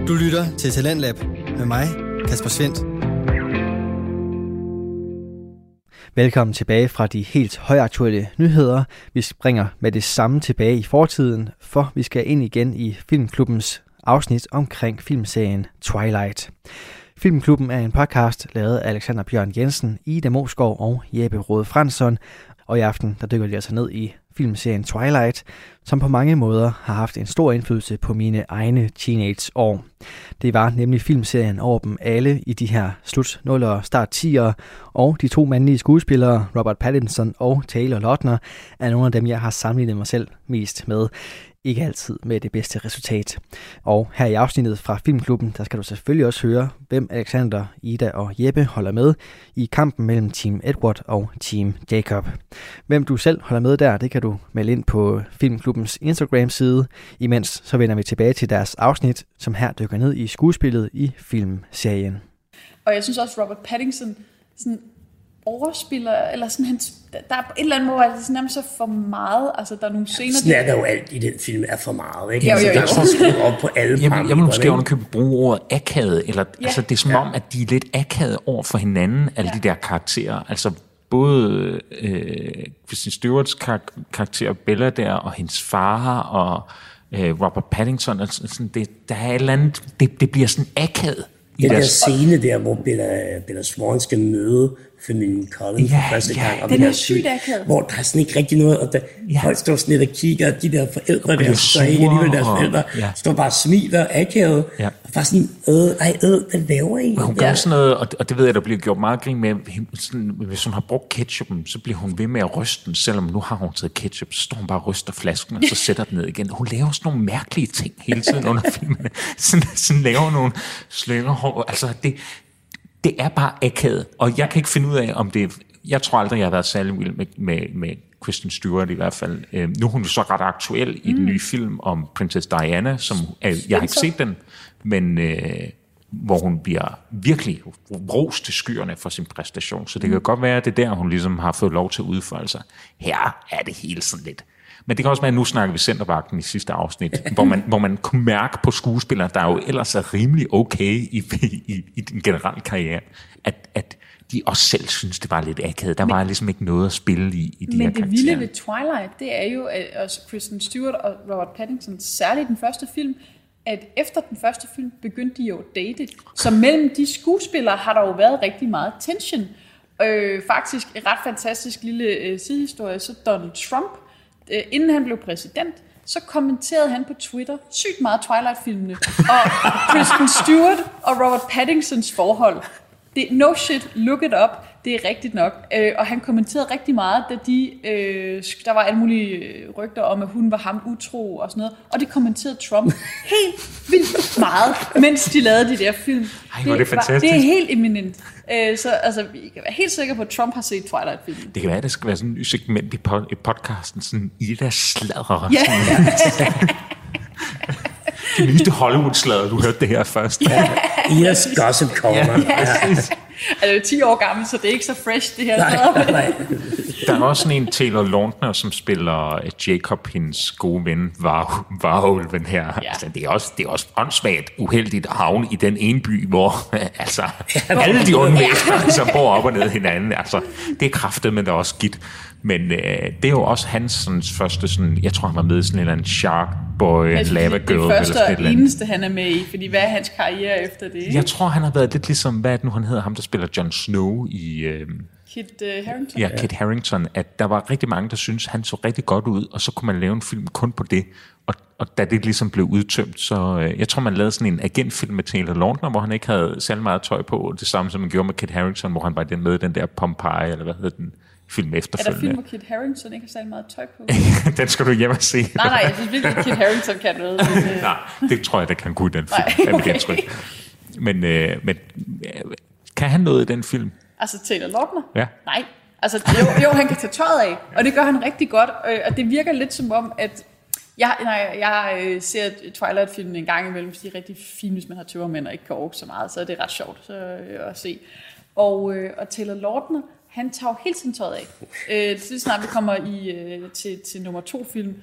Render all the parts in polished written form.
Du lytter til Talentlab med mig, Kasper Svendt. Velkommen tilbage fra de helt højaktuelle nyheder. Vi springer med det samme tilbage i fortiden, for vi skal ind igen i Filmklubbens afsnit omkring filmserien Twilight. Filmklubben er en podcast lavet af Alexander Bjørn Jensen, Ida Moskov og Jeppe Rode Fransson. Og i aften der dykker vi altså ned i filmserien Twilight, som på mange måder har haft en stor indflydelse på mine egne teenageår. Det var nemlig filmserien over dem alle i de her slut 0'ere og start 10'ere, og de to mandlige skuespillere, Robert Pattinson og Taylor Lautner, er nogle af dem, jeg har sammenlignet mig selv mest med. Ikke altid med det bedste resultat. Og her i afsnittet fra Filmklubben, der skal du selvfølgelig også høre, hvem Alexander, Ida og Jeppe holder med i kampen mellem Team Edward og Team Jacob. Hvem du selv holder med der, det kan du melde ind på Filmklubbens Instagram-side. Imens så vender vi tilbage til deres afsnit, som her dykker ned i skuespillet i filmserien. Og jeg synes også, Robert Pattinson sådan overspiller, eller sådan, der er på et eller andet måde, det er nærmest så for meget, altså der er nogle scener... Snakker jo alt i den film er for meget, ikke? Jo. Der er så skruet op på alle parametre. Jeg vil måske underkøbe bruge ordet akavet, eller altså det er som om, at de er lidt akavet over for hinanden, alle de der karakterer, altså både Kristen Stewarts karakter Bella der, og hendes far, og Robert Pattinson, altså sådan, der er et eller andet, det bliver sådan akavet. Den der scene der, hvor Bella Swan skal møde familien Collins for første gang. Og den er sygt akavet. Hvor der er sådan ikke rigtig noget, og folk står sådan lidt og kigger, og de der forældre der, så ikke alligevel deres forældre, står bare og smiler akavet, og bare sådan, hvad laver I? Hun gør sådan noget, og det ved jeg, der bliver gjort meget grin med, sådan, hvis hun har brugt ketchupen, så bliver hun ved med at ryste den, selvom nu har hun taget ketchup, så står hun bare og ryster flasken, og så sætter den ned igen. Hun laver sådan nogle mærkelige ting hele tiden under filmene. Sådan laver nogle slyngerhår, altså det er bare akavet, og jeg kan ikke finde ud af, om det... Jeg tror aldrig, jeg har været særlig vild med Kristen Stewart i hvert fald. Nu er hun jo så ret aktuel i den nye film om Princess Diana, som jeg har ikke set den, men hvor hun bliver virkelig rost til skyerne for sin præstation. Så det kan godt være, at det er der, hun ligesom har fået lov til at udfolde sig. Her er det hele sådan lidt. Men det kan også være, at nu snakker vi centervagten i sidste afsnit, hvor man kunne mærke på skuespillere, der jo ellers er rimelig okay i den generelle karriere, at de også selv synes, det var lidt akavet. Der var ligesom ikke noget at spille i de her karakterer. Men det vilde ved Twilight, det er jo, at også Kristen Stewart og Robert Pattinson, særligt den første film, at efter den første film begyndte de jo at date. Så mellem de skuespillere har der jo været rigtig meget tension. Faktisk en ret fantastisk lille sidehistorie, så Donald Trump, inden han blev præsident, så kommenterede han på Twitter sygt meget Twilight-filmene, og Kristen Stewart og Robert Pattinsons forhold. No shit, look it up, det er rigtigt nok. Og han kommenterede rigtig meget, da der var alle mulige rygter om, at hun var ham utro og sådan noget, og det kommenterede Trump helt vildt meget, mens de lavede de der film. Det er fantastisk. Det er helt eminent. Så altså, vi kan være helt sikre på, at Trump har set Twilight-filmen. Det kan være, at det skal være sådan en ny segment i podcasten, sådan Ida sladrer. Ja. Det nyeste Hollywood-slader, du hørte det her først. Idas gossip corner. Altså, det er 10 år gammel, så det er ikke så fresh, det her. Nej. Der er også en Taylor Lautner, som spiller Jacob, hendes gode ven, Varulven her. Ja. Altså, det er også åndssvagt uheldigt at havne i den ene by, hvor alle de onde mennesker, som bor op og ned hinanden. Altså, det er kraftigt, men det er også skidt. Men det er jo også hans sådan, første, sådan, jeg tror han var med i sådan en eller anden Shark Boy, Lava Girl. Det første og eneste han er med i, fordi hvad er hans karriere efter det? Jeg tror han har været lidt ligesom, hvad er det nu han hedder, ham der spiller Jon Snow i... Kit Harington? Ja, Kit Harington, at der var rigtig mange, der syntes, han så rigtig godt ud, og så kunne man lave en film kun på det. Og da det ligesom blev udtømt, så jeg tror, man lavede sådan en agentfilm med Taylor Lautner, hvor han ikke havde særlig meget tøj på, det samme som man gjorde med Kit Harington, hvor han var med i den der Pompeii, eller hvad hedder den film efterfølgende. Er der film, hvor Kit Harington ikke har særlig meget tøj på? Den skal du hjem og se. Nej, jeg synes virkelig, Kit Harington kan noget. Nej, det tror jeg, der kan gå i den film. Okay. Men kan han noget i den film? Altså Taylor Lautner? Ja. Nej. Altså, jo, han kan tage tøjet af, og det gør han rigtig godt, og det virker lidt som om, at jeg ser Twilight-filmen en gang imellem, fordi det er rigtig fint, hvis man har tøvermænd og ikke kan orke så meget, så det er ret sjovt at se. Og Taylor Lautner, han tager jo hele tiden tøjet af. Til snart vi kommer til nummer 2 film,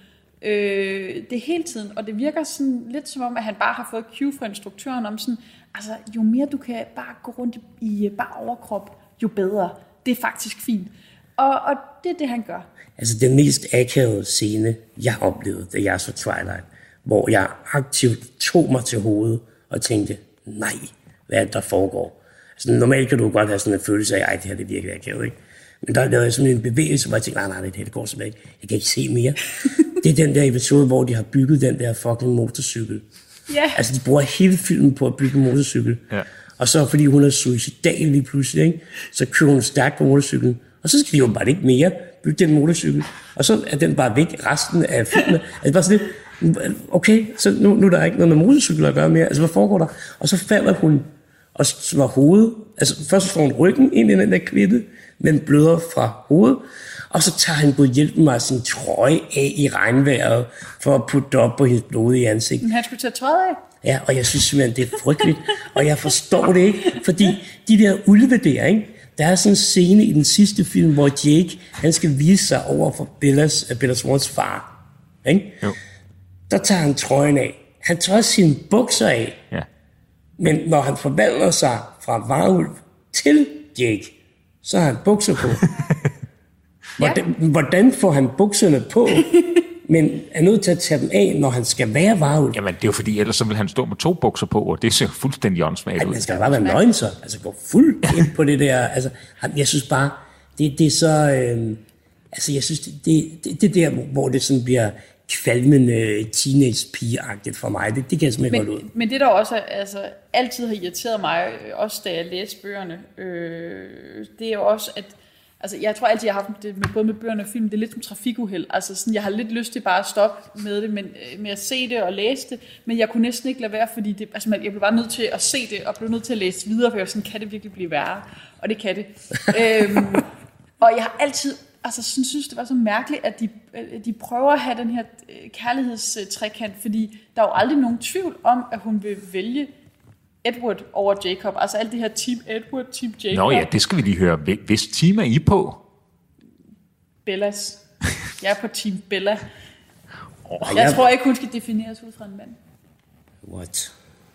Det er hele tiden, og det virker sådan lidt som om, at han bare har fået cue fra instruktøren om sådan, altså jo mere du kan bare gå rundt i bare overkrop, jo bedre. Det er faktisk fint. Og det er det, han gør. Altså den mest akavede scene, jeg oplevede, da jeg så Twilight, hvor jeg aktivt tog mig til hovedet og tænkte, nej, hvad er det, der foregår? Altså, normalt kan du godt have sådan en følelse af, det her det virkelig akavet, ikke? Men der lavede jeg sådan en bevægelse, hvor jeg tænkte, nej, det går simpelthen ikke. Jeg kan ikke se mere. Det er den der episode, hvor de har bygget den der fucking motorcykel. Yeah. Altså, de bruger hele filmen på at bygge en motorcykel. Ja. Og så, fordi hun er suicidal lige pludselig, ikke? Så kører hun stærkt på motorcyklen. Og så skal de jo bare ikke mere bygge den motorcykel. Og så er den bare væk resten af filmen. Altså, bare sådan lidt, okay, så nu er der ikke noget med motorcykler at gøre mere. Altså, hvad foregår der? Og så falder hun og slår hovedet. Altså, først slår hun ryggen ind i den der kvitte, men bløder fra hovedet. Og så tager han på hjælpen mig sin trøje af i regnvejret, for at putte op på hendes blodige ansigt. Men han skulle tage tøjet af? Ja, og jeg synes simpelthen, det er frygteligt. Og jeg forstår det ikke, fordi de der ulve der, ikke? Der er sådan en scene i den sidste film, hvor Jake, han skal vise sig over for Bella Swans far. Ikke? Jo. Der tager han trøjen af. Han tager sine bukser af. Ja. Men når han forvandler sig fra varulv til Jake, så har han bukser på. Hvordan får han bukserne på, men er nødt til at tage dem af, når han skal være varulv? Jamen, det er jo fordi, ellers så vil han stå med 2 bukser på, og det ser fuldstændig åndssvagt ud. Han skal bare være nøgen så. Altså gå fuldt ind på det der. Altså, jeg synes bare, det er så... altså, jeg synes, det der, hvor det sådan bliver kvalmende teenage-pige-agtigt for mig. Det kan jeg simpelthen godt ud. Men det der også altid har irriteret mig, også da jeg læste bøgerne, det er jo også, at altså, jeg tror altid, jeg har haft det med, både med bøgerne og film, det er lidt som trafikuheld. Altså, sådan, jeg har lidt lyst til bare at stoppe med det, med at se det og læse det, men jeg kunne næsten ikke lade være, fordi det, altså, jeg blev bare nødt til at se det, og blev nødt til at læse videre, for jeg var sådan, kan det virkelig blive værre? Og det kan det. Og jeg har altid synes, det var så mærkeligt, at de prøver at have den her kærlighedstrekant, fordi der er jo aldrig nogen tvivl om, at hun vil vælge Edward over Jacob. Altså alt det her Team Edward, Team Jacob. Nå ja, det skal vi lige høre. Hvis team er I på? Bellas. Jeg er på Team Bella. Jeg tror ikke, hun skal defineres ud fra en mand. What?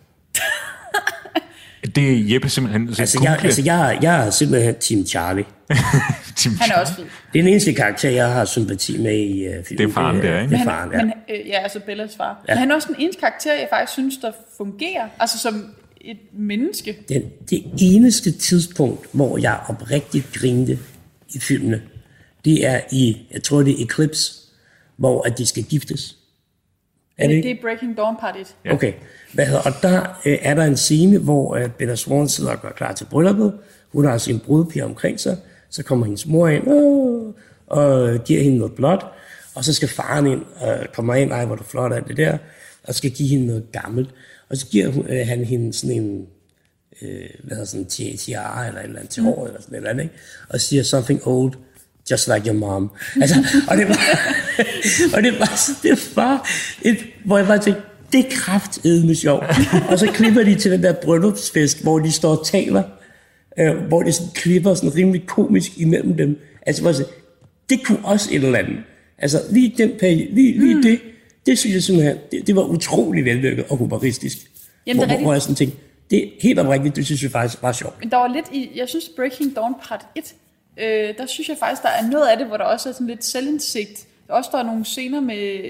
Det er Jeppe simpelthen... Jeg er simpelthen Team Charlie. Han er også fed. Det er den eneste karakter, jeg har sympati med i filmen. Det er faren der, ikke? Det er faren, ja. Men, altså Bellas far. Ja. Men han er også den eneste karakter, jeg faktisk synes, der fungerer. Altså som et menneske. Det eneste tidspunkt, hvor jeg oprigtigt grinte i filmene, det er jeg tror det er Eclipse, hvor at de skal giftes. Det er Breaking Dawn Part 1. Ja. Okay. Og der er der en scene, hvor Bella Swan sidder og gør klar til brylluppet. Hun har sin brudepige omkring sig. Så kommer hendes mor ind og giver hende noget blåt. Og så skal faren ind og kommer ind, hvor du flot alt det der, og skal give hende noget gammelt. Og så giver han hende sådan en sådan tiara eller et eller andet til hår eller sådan et eller andet, ikke? Og siger something old, just like your mom. Altså, og det var et, hvor jeg bare tænkte, det er kraftedme sjov. Og så klipper de til den der bryllupsfest, hvor de står og taler, hvor det sådan klipper sådan rimelig komisk imellem dem. Altså, det kunne også et eller andet. Altså, lige den periode, lige det synes jeg simpelthen, det var utrolig vellykket og humoristisk. Jamen, hvor jeg sådan tænkte, det er helt oprigtigt, det synes jeg faktisk var sjovt. Men der var lidt jeg synes Breaking Dawn Part 1, der synes jeg faktisk, der er noget af det, hvor der også er sådan lidt selvindsigt. Der er nogle scener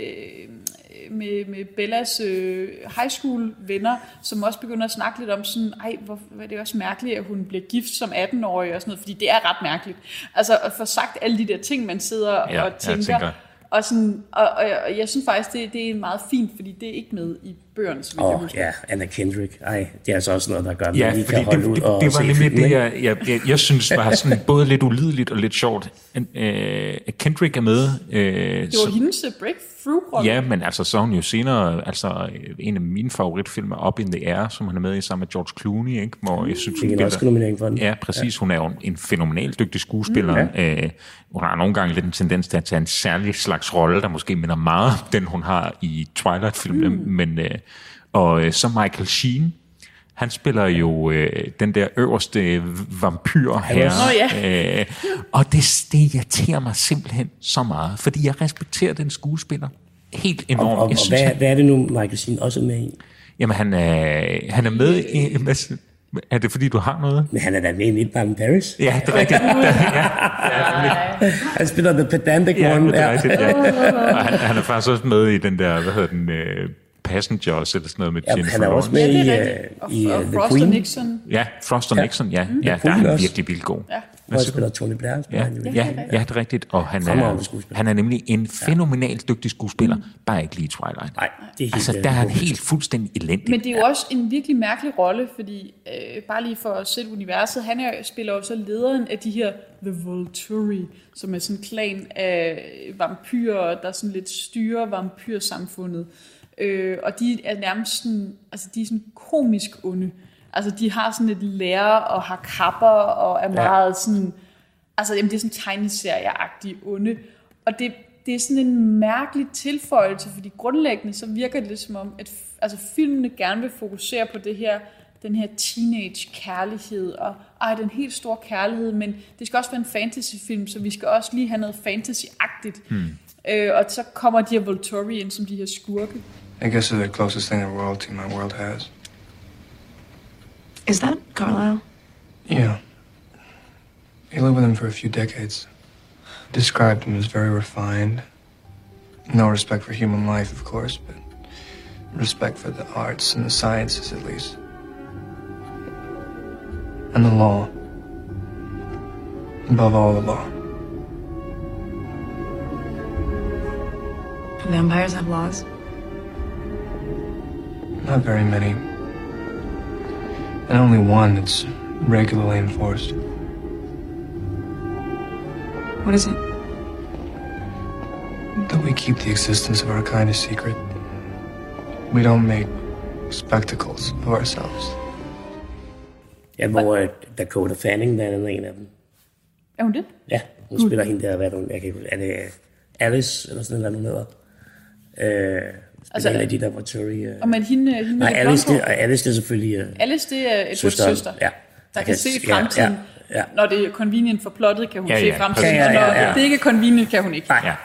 med Bellas high school venner, som også begynder at snakke lidt om sådan, hvor er det også mærkeligt, at hun bliver gift som 18-årig og sådan noget, fordi det er ret mærkeligt. Altså at få sagt alle de der ting, man sidder og tænker. Og, sådan, og jeg synes faktisk, det er meget fint, fordi det er ikke med i bøgerne, som jeg husker. Ja, Anna Kendrick. Det er altså også noget, der gør, at man lige kan holde ud og det var nemlig det, jeg synes var sådan både lidt ulideligt og lidt sjovt. Kendrick er med. Det var hendes breakthrough-rolle. Ja, men altså så er hun jo senere, altså en af mine favoritfilmer, Up in the Air, som han er med i sammen med George Clooney, ikke? Hvor jeg synes, hun også nominering for den. Ja, præcis. Hun er jo en fænomenalt dygtig skuespiller. Hun har nogle gange lidt en tendens til at tage en særlig slags rolle, der måske minder meget om den, hun har i Twilight-filmen. Men, og så Michael Sheen, han spiller jo den der øverste vampyr her. Og det irriterer mig simpelthen så meget, fordi jeg respekterer den skuespiller helt enormt. Og hvad er det nu, Michael Sheen også er med i? Jamen, han er med i... Er det fordi, du har noget? Men han er da med i Midnight in Paris. Ja, det er rigtigt. Han spiller The Pedantic Ja, One. det er rigtigt, ja. Og han er faktisk også med i den der, hvad hedder den... Passengers eller sådan noget med Jennifer Han er også Lawrence. med i og The Frost Queen. og Nixon. Ja, Frost og Nixon, ja. Ja, der er han virkelig vildt god. Ja. Hvor han spiller Tony Blair. Ja, det er rigtigt. Og han er nemlig en fænomenalt dygtig skuespiller, bare ikke lige Twilight. Nej, det er helt altså, der er han helt fuldstændig elendig. Men det er jo også en virkelig mærkelig rolle, fordi bare lige for at sætte universet, spiller jo så lederen af de her The Volturi, som er sådan en klan af vampyrer, der sådan lidt styrer vampyrsamfundet. Og de er nærmest sådan, altså de er sådan komisk onde. Altså de har sådan et lære og har kapper og er meget sådan, altså jamen, det er sådan tegneserieagtige onde. Og det er sådan en mærkelig tilføjelse, fordi grundlæggende så virker det lidt som om, at altså, filmene gerne vil fokusere på det her, den her teenage kærlighed, og den helt store kærlighed, men det skal også være en fantasyfilm, så vi skal også lige have noget fantasy-agtigt. Og så kommer de her Volturi ind som de her skurke. I guess they're the closest thing to royalty my world has. Is that Carlisle? Yeah. I lived with him for a few decades. Described him as very refined. No respect for human life, of course, but respect for the arts and the sciences, at least. And the law. Above all, the law. Vampires have laws? Not very many. And only one that's regularly enforced. What is it? That we keep the existence of our kind a secret. We don't make spectacles of ourselves. Ja, hvor Dakota Fanning, der er en af dem. Er hun det? Ja, hun spiller hende der, hvad hun, jeg kan ikke, er det Alice, eller sådan noget, hun hedder? Altså, en af de der Volturi. Og men hende nej, Alice det er selvfølgelig Alice, det er Edwards søster. Ja. Der kan se fremtiden. Ja. Når det er convenient for plottet, kan hun se fremtiden. Ja. Og når det ikke er convenient, kan hun ikke. Nej. Ja.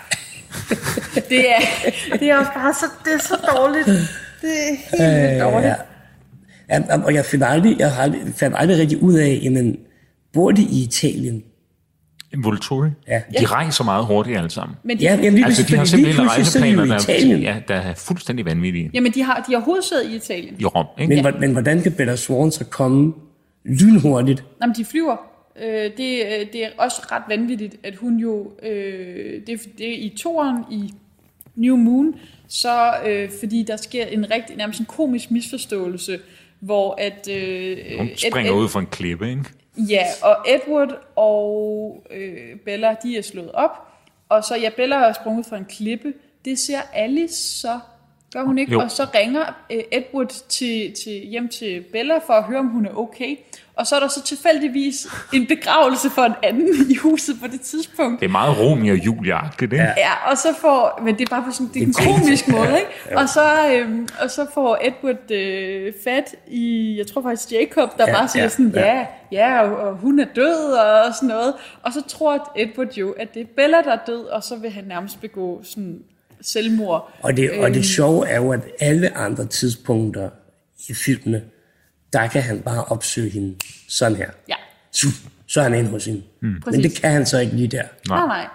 det er også bare så, det er så dårligt. Det er helt vildt dårligt. Ja, og jeg fandt aldrig rigtig ud af, jamen, bor de i Italien? Volturi? Ja. De rejser meget hurtigt alle sammen. Men Ja, jamen, Altså, de har simpelthen rejseplaner, der er fuldstændig vanvittige. Jamen, de har hovedsæde i Italien. I Rom, ikke? Men hvordan kan Bella Swan så komme lynhurtigt? Jamen, de flyver. Det er også ret vanvittigt, at hun jo... det er i toeren i New Moon, så fordi der sker en rigtig nærmest en komisk misforståelse, hvor at... Hun springer ud fra en klippe, ikke? Ja, og Edward og Bella, de er slået op, og så Bella er sprunget fra en klippe. Det ser Alice så, gør hun ikke? Jo. Og så ringer Edward hjem til Bella for at høre, om hun er okay. Og så er der så tilfældigvis en begravelse for en anden i huset på det tidspunkt. Det er meget Romeo og Julia-agtigt, ikke? Ja, og så får, men det er bare på sådan en komisk måde, ikke? Og så får Edward fat i, jeg tror faktisk Jacob, der bare siger sådan, og hun er død og sådan noget. Og så tror Edward jo, at det er Bella, der er død, og så vil han nærmest begå sådan selvmord. Og det sjove er jo, at alle andre tidspunkter i filmene, der kan han bare opsøge hende sådan her. Ja. Så er han inde hos hende. Men det kan han så ikke lige der. Nej.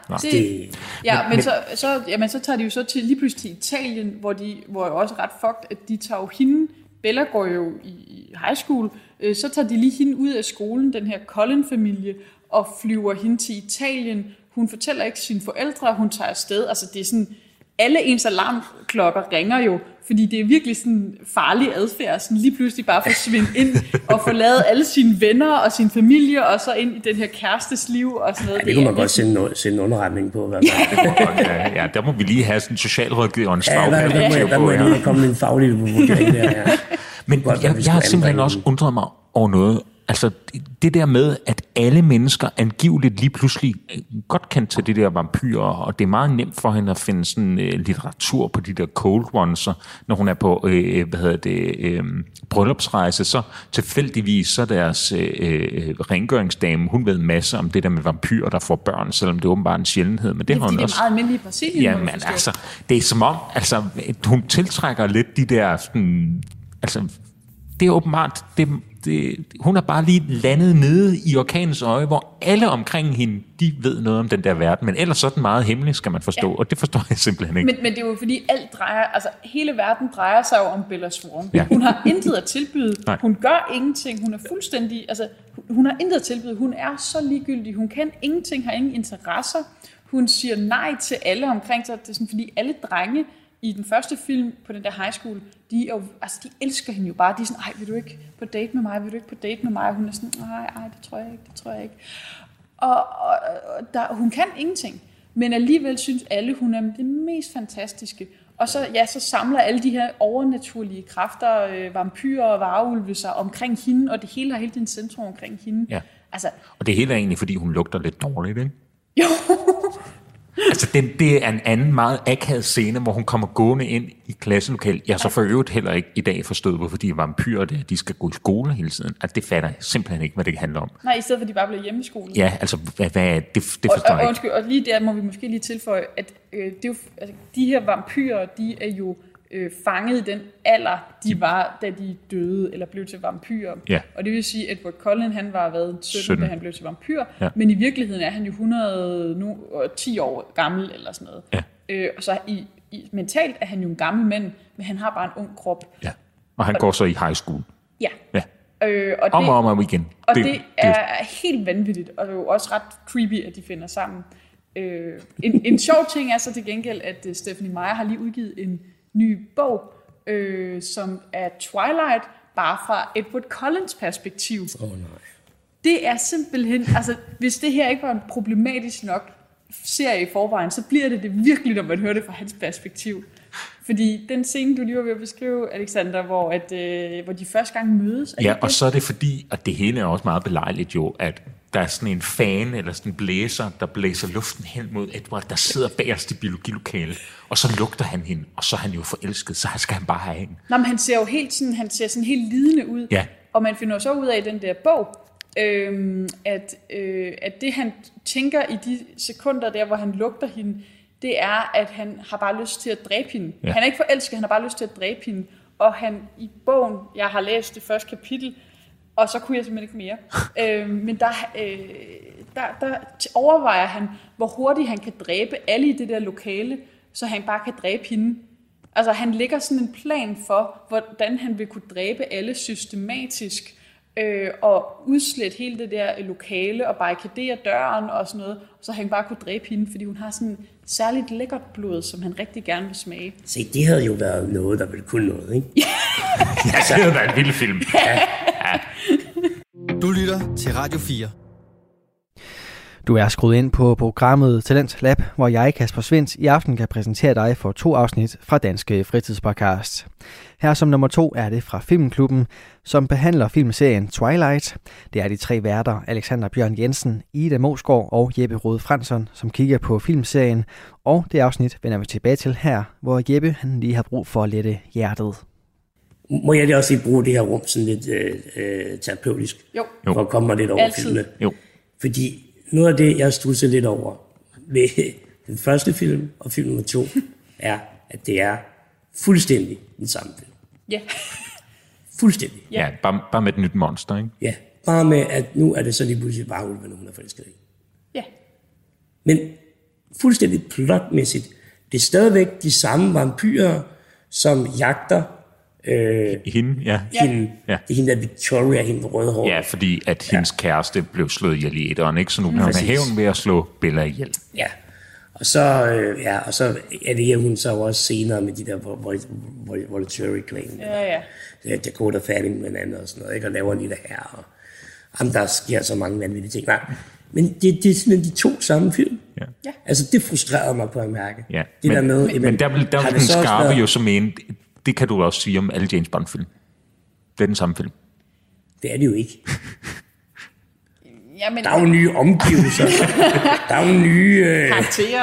Så tager de jo så lige pludselig til Italien, hvor jo også ret fucked, at de tager jo hende. Bella går jo i high school. Så tager de lige hende ud af skolen, den her Cullen-familie, og flyver hende til Italien. Hun fortæller ikke sine forældre, hun tager afsted. Altså det er sådan, alle ens alarmklokker ringer jo, fordi det er virkelig sådan farlig adfærd, sådan lige pludselig bare forsvinde ind og få lavet alle sine venner og sin familie, og så ind i den her kærestes liv og sådan noget. Ja, det kunne man godt sende en underretning på. Ja, der må vi lige have sådan en socialrådgiverens faglig. Der må jeg komme en faglig vurdering der. Men jeg har simpelthen også undret mig over noget. Altså, det der med, at alle mennesker angiveligt lige pludselig godt kan tage det der vampyrer, og det er meget nemt for hende at finde sådan litteratur på de der cold ones, når hun er på, bryllupsrejse, så tilfældigvis, så deres rengøringsdame, hun ved masser om det der med vampyrer, der får børn, selvom det er åbenbart en sjældenhed. Men det har hun også. Det er meget almindeligt i Brasilien. Jamen, altså, det er som om, altså, hun tiltrækker lidt de der, sådan, altså, det er åbenbart, hun er bare lige landet nede i orkanens øje, hvor alle omkring hende, de ved noget om den der verden, men ellers så er den meget hemmelig, skal man forstå, og det forstår jeg simpelthen ikke. Men det er jo fordi, hele verden drejer sig jo om Bella Swan. Ja. Hun har intet at tilbyde, hun gør ingenting, hun er fuldstændig, altså, hun har intet at tilbyde, hun er så ligegyldig, hun kan ingenting, har ingen interesser, hun siger nej til alle omkring sig, det er sådan, fordi alle drenge i den første film på den der high school, de elsker hende jo bare. De er sådan, ej, vil du ikke på date med mig? Vil du ikke på date med mig? Og hun er sådan, ej, det tror jeg ikke. Og hun kan ingenting. Men alligevel synes alle, hun er det mest fantastiske. Og så samler alle de her overnaturlige kræfter, vampyrer og varulve sig omkring hende, og det hele har hele tiden centrum omkring hende. Ja. Altså, og det hele er egentlig, fordi hun lugter lidt dårligt, ikke? Jo. Altså, det er en anden meget akavet scene, hvor hun kommer gående ind i klasselokalet. Jeg har så for øvrigt heller ikke i dag forstået, hvorfor de vampyrer der, de skal gå i skole hele tiden. Altså, det fatter jeg simpelthen ikke, hvad det handler om. Nej, i stedet for, at de bare bliver hjemme i skolen. Ja, altså, hvad er det forstår jeg ikke. Og lige der må vi måske lige tilføje, at det er jo, altså, de her vampyrer, de er jo fanget i den alder, de var, da de døde, eller blev til vampyrer. Ja. Og det vil sige, at Edward Cullen, han var været 17, da han blev til vampyr, men i virkeligheden er han jo 110 år gammel, eller sådan noget. Ja. Og så mentalt er han jo en gammel mand, men han har bare en ung krop. Ja. Og han går så i high school. Ja. Ja. Om igen. Og det er helt vanvittigt, og det er jo også ret creepy, at de finder sammen. En sjov ting er så til gengæld, at Stephenie Meyer har lige udgivet en ny bog, som er Twilight, bare fra Edward Cullens perspektiv. Nej. Det er simpelthen, altså hvis det her ikke var en problematisk nok serie i forvejen, så bliver det virkelig, når man hører det fra hans perspektiv. Fordi den scene, du lige var ved at beskrive, Alexander, hvor de første gang mødes... Ja, og så er det fordi, og det hele er også meget belejligt jo, at der er sådan en fan, eller sådan en blæser, der blæser luften hen mod Edward, der sidder bagerst i biologilokalet, og så lugter han hende, og så er han jo forelsket, så skal han bare have hende. Nå, men han ser jo helt sådan helt lidende ud, ja. Og man finder så ud af i den der bog, at det han tænker i de sekunder der, hvor han lugter hende, det er, at han har bare lyst til at dræbe hende. Ja. Han er ikke forelsket, han har bare lyst til at dræbe hende. Og han i bogen, jeg har læst det første kapitel, og så kunne jeg simpelthen ikke mere. Men der overvejer han, hvor hurtigt han kan dræbe alle i det der lokale, så han bare kan dræbe hende. Altså han lægger sådan en plan for, hvordan han vil kunne dræbe alle systematisk, og udslætte hele det der lokale, og barrikadere døren og sådan noget, så han bare kunne dræbe hende, fordi hun har sådan særligt lækkert blod, som han rigtig gerne vil smage. Se, det havde jo været noget, der ville kunne noget, ikke? Ja, det havde været en vild film. Ja. Du lytter til Radio 4. Du er skruet ind på programmet Talent Lab, hvor jeg, Kasper Svendt, i aften kan præsentere dig for 2 afsnit fra Danske Fritidspodcast. Her som nummer 2 er det fra Filmklubben, som behandler filmserien Twilight. Det er de 3 værter, Alexander Bjørn Jensen, Ida Moesgaard og Jeppe Rode Fransson, som kigger på filmserien. Og det afsnit vender vi tilbage til her, hvor Jeppe han lige har brug for at lette hjertet. Må jeg lige også lige bruge det her rum sådan lidt terapeutisk? Jo. For at komme mig lidt over filmene. Jo. Fordi noget af det, jeg studser lidt over ved den første film og film nummer 2, er, at det er fuldstændig den samme film. Ja. Fuldstændig. Ja, bare med et nyt monster, ikke? Ja, bare med, at nu er det så lige pludselig varulven, hun er forelsket i. Ja. Men fuldstændig plotmæssigt, det er stadigvæk de samme vampyrer, som jagter hende, ja. Hende. Ja. Det er hende der Victoria, hende rødhåret. Ja, fordi at hendes kæreste blev slået ihjel i etteren, ikke? Så nu bliver hun med hævn ved at slå Bella ihjel. Ja, og så er det her, hun så også senere med de der Volturi-klanen. Ja. Dakota Fanning med anden og sådan noget, ikke? Og laver en lille her, og jamen, der sker så mange vanvittige ting. Nej, men det er simpelthen de 2 samme film. Ja. Altså, det frustrerede mig på at mærke. Ja. Det men der vil den skarpe jo som en... Det kan du også sige om alle James Bond-film. Det er den samme film. Det er det jo ikke. men, der er jo nye omgivelser. Der er jo nye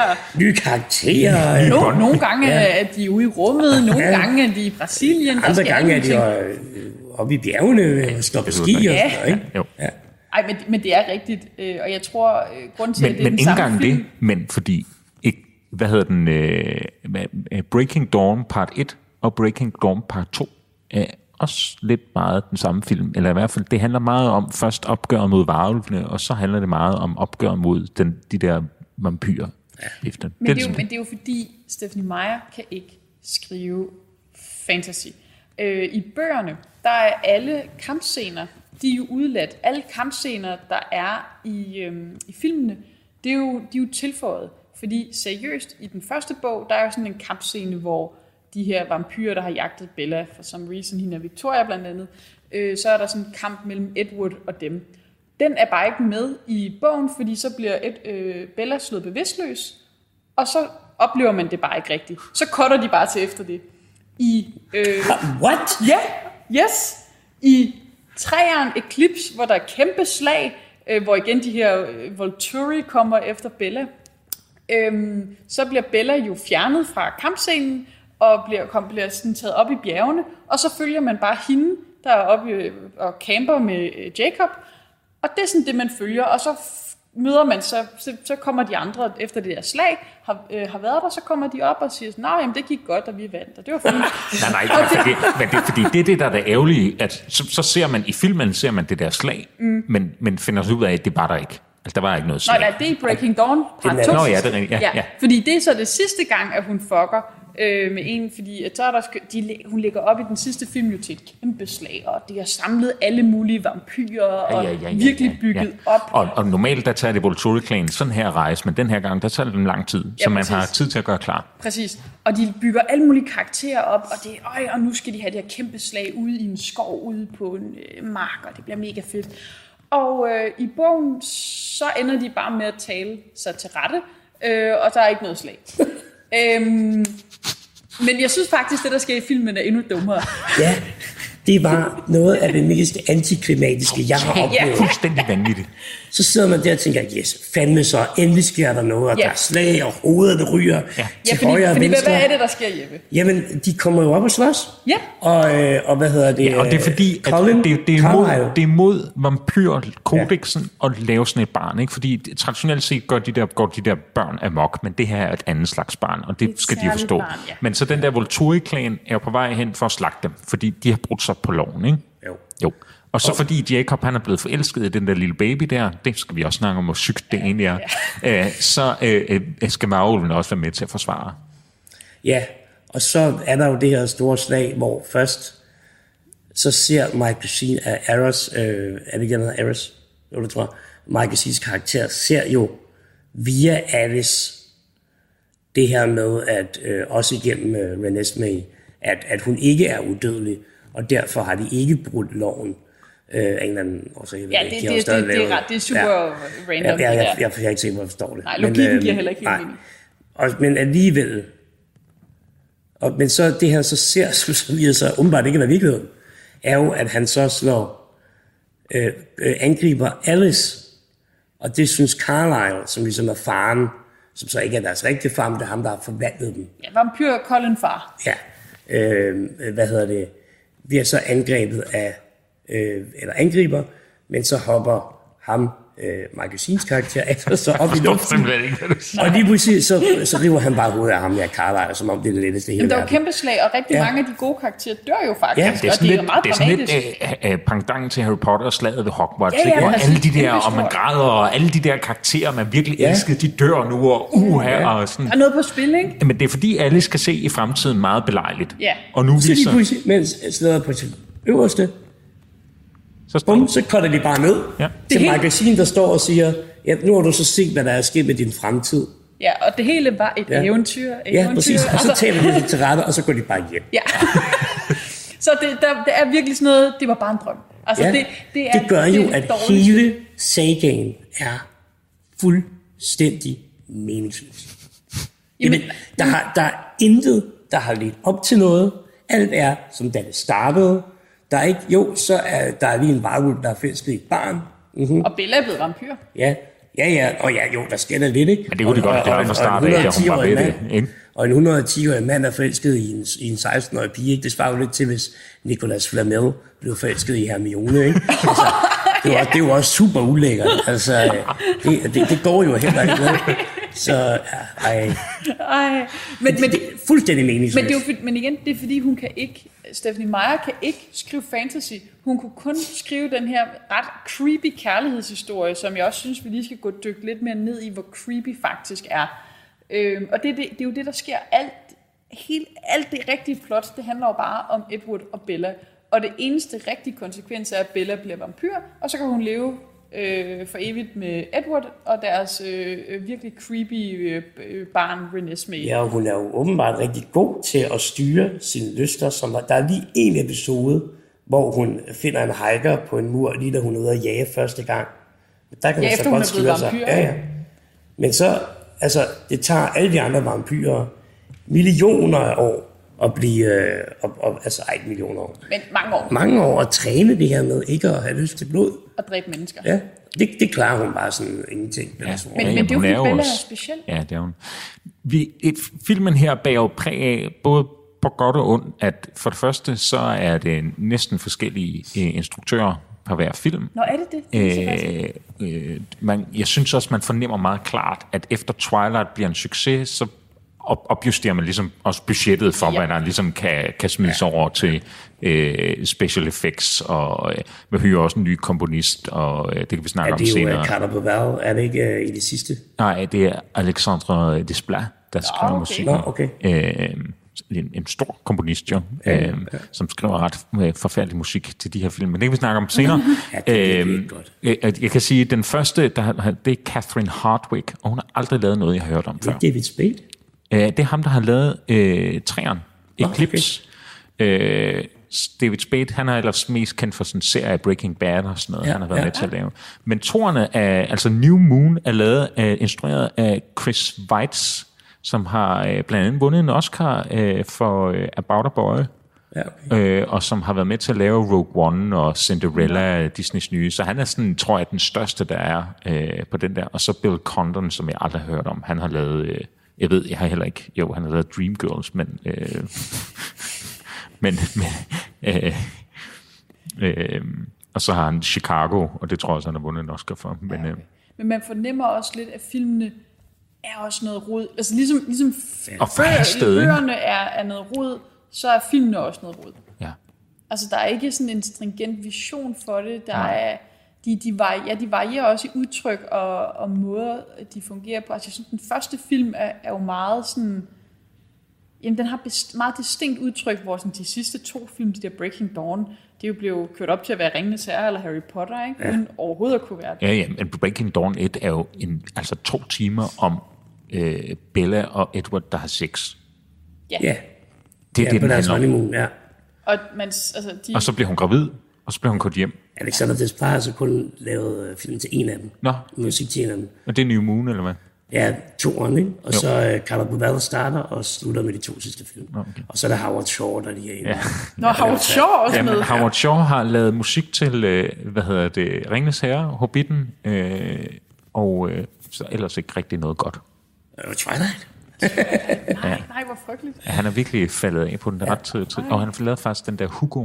karakterer. Nogle gange er de ude i rummet, nogle gange er de i Brasilien. Andre gange er de oppe i bjergene og står på ski og sådan noget, ikke? Jo. Ja. Ej, men det er rigtigt, og jeg tror, grund til, at det er den samme film... Men ikke engang det, men fordi... Hvad hedder den? Breaking Dawn part 1 og Breaking Dawn part 2 er også lidt meget den samme film. Eller i hvert fald, det handler meget om først opgøret mod varulvene, og så handler det meget om opgøret mod de der vampyrer. Ja. Efter. Men det er jo fordi, Stephenie Meyer kan ikke skrive fantasy. I bøgerne, der er alle kampscener, de er jo udladt. Alle kampscener, der er i filmene, de er jo tilføjet. Fordi seriøst, i den første bog, der er jo sådan en kampscene, hvor de her vampyrer, der har jagtet Bella, for some reason, hende og Victoria blandt andet, så er der sådan en kamp mellem Edward og dem. Den er bare ikke med i bogen, fordi så bliver Bella slået bevidstløs, og så oplever man det bare ikke rigtigt. Så cutter de bare til efter det. What? Ja, yes. I 3'eren Eclipse, hvor der er kæmpe slag, hvor igen de her Volturi kommer efter Bella, så bliver Bella jo fjernet fra kampscenen, og bliver sådan taget op i bjergene, og så følger man bare hende, der er oppe og camper med Jacob, og det er sådan det, man følger, og så møder man, så kommer de andre efter det der slag, har været der, så kommer de op og siger sådan, nej, det gik godt, og vi vandt, og det var fint. nej, fordi det er det, der er det ærgerlige, at så ser man, i filmen ser man det der slag, men finder sig ud af, at det var der ikke. Altså, der var ikke noget slag. Nej, det er Breaking Dawn part 2. Nå, ja, det er rigtigt. Ja. Fordi det er så det sidste gang, at hun fucker med en, fordi at så er der, hun ligger op i den sidste film jo til et kæmpe slag, og de har samlet alle mulige vampyrer, og virkelig bygget op. Og normalt, der tager det Volturi-klanen sådan her rejse, men den her gang, der tager det en lang tid, så man har tid til at gøre klar. Præcis. Og de bygger alle mulige karakterer op, og nu skal de have det her kæmpe slag ude i en skov, ude på en mark, og det bliver mega fedt. Og i bogen, så ender de bare med at tale sig til rette, og der er ikke noget slag. Men jeg synes faktisk, det der sker i filmen er endnu dummere. Ja, det var noget af det mest antiklimatiske, jeg har oplevet. Ja, fuldstændig vanvittigt. Så sidder man der og tænker, yes, fandme så, endelig sker der noget, og der er slag, og hovederne ryger til højre og venstre. Hvad er det, der sker, Jeppe? Jamen, de kommer jo op og slås. Ja. Og hvad hedder det? Ja, og det er fordi, Colin, det er mod vampyrkodexen at lave sådan et barn, ikke? Fordi traditionelt set går de der børn amok, men det her er et andet slags barn, og det skal de forstå. Barn, ja. Men så den der Volturi-klan er jo på vej hen for at slagte dem, fordi de har brudt sig på loven, ikke? Jo. Og så fordi Jacob, han er blevet forelsket i den der lille baby der, det skal vi også snakke om, hvor sygt det egentlig er, så skal varulven også være med til at forsvare. Ja, og så er der jo det her store slag, hvor først så ser Michael Sheen af Aros, er det ikke noget Aros? Jo, det tror jeg. Michael Sheens karakter ser jo via Alice det her med, at også igennem Renesmee, at hun ikke er udødelig, og derfor har de ikke brudt loven. England også, jeg ved ja, ikke, det er super random. Jeg er ikke sikker på, at jeg forstår det. Nej, logikken giver heller ikke helt mening. Men alligevel, men så det her så ser, som vi så umiddelbart ikke er virkeligheden, er jo, at han så slår angriber Alice, og det synes Carlisle, som ligesom er faren, som så ikke er deres rigtige far, men det er ham, der har forvandlet dem. Ja, vampyr Colin far. Ja, bliver så angrebet af, eller angriber, men så hopper ham, Michael Sheens karakter, altså så op i luften. Og lige pludselig, så river han bare hovedet af ham, Carlisle, som om det er det letteste hele. Men der er jo kæmpe slag, og rigtig mange af de gode karakterer dør jo faktisk, ja, det er sådan og det er meget dramatisk. Det er sådan lidt pendant til Harry Potter og slaget ved Hogwarts, ikke? Og alle de der, og man græder, og alle de der karakterer, man virkelig elskede, de dør nu, og og sådan. Der er noget på spil, ikke? Men det er fordi, alle skal se i fremtiden meget belejligt. Ja. Og nu så lige pludselig, mens slaget på sit øverste, så cutter de bare ned til Michael Sheen, der står og siger, ja, nu har du så set, hvad der er sket med din fremtid. Ja, og det hele var et eventyr. Ja, præcis. Og så taler de det til rette, og så går de bare hjem. Ja. Så det er virkelig sådan noget, det var bare en drøm. Altså, det gør jo, at hele sagaen er fuldstændig meningsløs. Jamen, der er intet, der har ledt op til noget. Alt er, som da det startede. Der er ikke, så er der lige en varulv, der er fængslet i et barn. Mm-hmm. Og Bella er blevet vampyr. Ja, og jo, der sker der lidt, ikke? Men det kunne de godt gøre fra start af, at hun var ved det, ikke? Og en 110-årig mand er forelsket i en 16-årig pige, ikke? Det svarer jo lidt til, hvis Nicolas Flamel blev forelsket i Hermione, ikke? Altså, det er jo også super ulækkert. Altså, det går jo heller ikke med. Så, men det er fuldstændig meningsløst. Men igen, det er fordi, hun kan ikke... Stephenie Meyer kan ikke skrive fantasy. Hun kunne kun skrive den her ret creepy kærlighedshistorie, som jeg også synes, vi lige skal dykke lidt mere ned i, hvor creepy faktisk er. Og det er jo det, der sker. Alt det rigtige plot, det handler jo bare om Edward og Bella. Og det eneste rigtige konsekvens er, at Bella bliver vampyr, og så kan hun leve for evigt med Edward og deres virkelig creepy barn, Renesmee. Smith. Ja, og hun er jo åbenbart rigtig god til at styre sine lyster. Der er lige en episode, hvor hun finder en hiker på en mur, lige da hun er ude at jage første gang. Der kan efter hun er blevet vampyr. Ja. Men så, altså, det tager alle de andre vampyrer millioner af år at blive, altså ikke millioner år. Men mange år. Mange år at træne det her med ikke at have lyst til blod. Og dræbe mennesker. Ja, det klarer hun bare sådan ingenting. Ja. Men det er jo fordi Bella er speciel. Ja, det er hun. Filmen her bærer præg af, både på godt og ondt, at for det første, så er det næsten forskellige instruktører på hver film. Nå, er det det? Jeg synes også, man fornemmer meget klart, at efter Twilight bliver en succes, så opjusterer man ligesom også budgettet for, hvad der ligesom kan smides over til special effects, og vi hører også en ny komponist, og det kan vi snakke om senere. Er det jo Carter Bovell, er det ikke i det sidste? Nej, det er Alexandre Desplat, der skriver musikken. Okay. En stor komponist jo, som skriver ret forfærdelig musik til de her film, men det kan vi snakke om senere. Jeg kan sige, at den første, det er Catherine Hardwicke, og hun har aldrig lavet noget, jeg har hørt om før. David Spade? Det er ham, der har lavet træeren, Eclipse. Okay. David Spade, han er ellers mest kendt for sådan en serie Breaking Bad og sådan noget, han har været med til at lave. Men toerne er, altså New Moon er lavet, instrueret af Chris Weitz, som har blandt andet vundet en Oscar for About a Boy, og som har været med til at lave Rogue One og Cinderella, Disneys nye. Så han er sådan, tror jeg, den største, der er på den der. Og så Bill Condon, som jeg aldrig har hørt om. Han har lavet, jeg har heller ikke, han har lavet Dreamgirls, og så har han Chicago, og det tror jeg også, han har vundet en Oscar for. Men man fornemmer også lidt, at filmene er også noget rod. Altså ligesom bøgerne er noget rod, så er filmene også noget rod. Ja. Altså der er ikke sådan en stringent vision for det. Der er, de varierer også i udtryk og måder, de fungerer på. Altså jeg synes, den første film er jo meget sådan... Jamen den har meget distinkt udtryk, hvor sådan, de sidste 2 film, de der Breaking Dawn, det jo blev kørt op til at være Ringenes Herre eller Harry Potter, ikke? Ja. Uden overhovedet at kunne være det. Ja, men Breaking Dawn 1 er jo 2 timer om Bella og Edward, der har sex. Ja. Det er det, den handler om. Ja. Og så bliver hun gravid, og så bliver hun kørt hjem. Alexander Desplat har så kun lavet film til en af dem. Nå. Musik til en af dem. Og det er New Moon, eller hvad? Ja, 2'eren, ikke? Og så Carter Bovell starter og slutter med de 2 sidste film. Okay. Og så er der Howard Shore, der lige er inde. Ja. Nå, Howard Shore også med. Howard Shore har lavet musik til, Ringenes Herre, Hobbiten, og så ellers ikke rigtig noget godt. Twilight. Nej, hvor frygteligt. Ja, han er virkelig faldet af på den ret tid. Og han har lavet faktisk den der Hugo.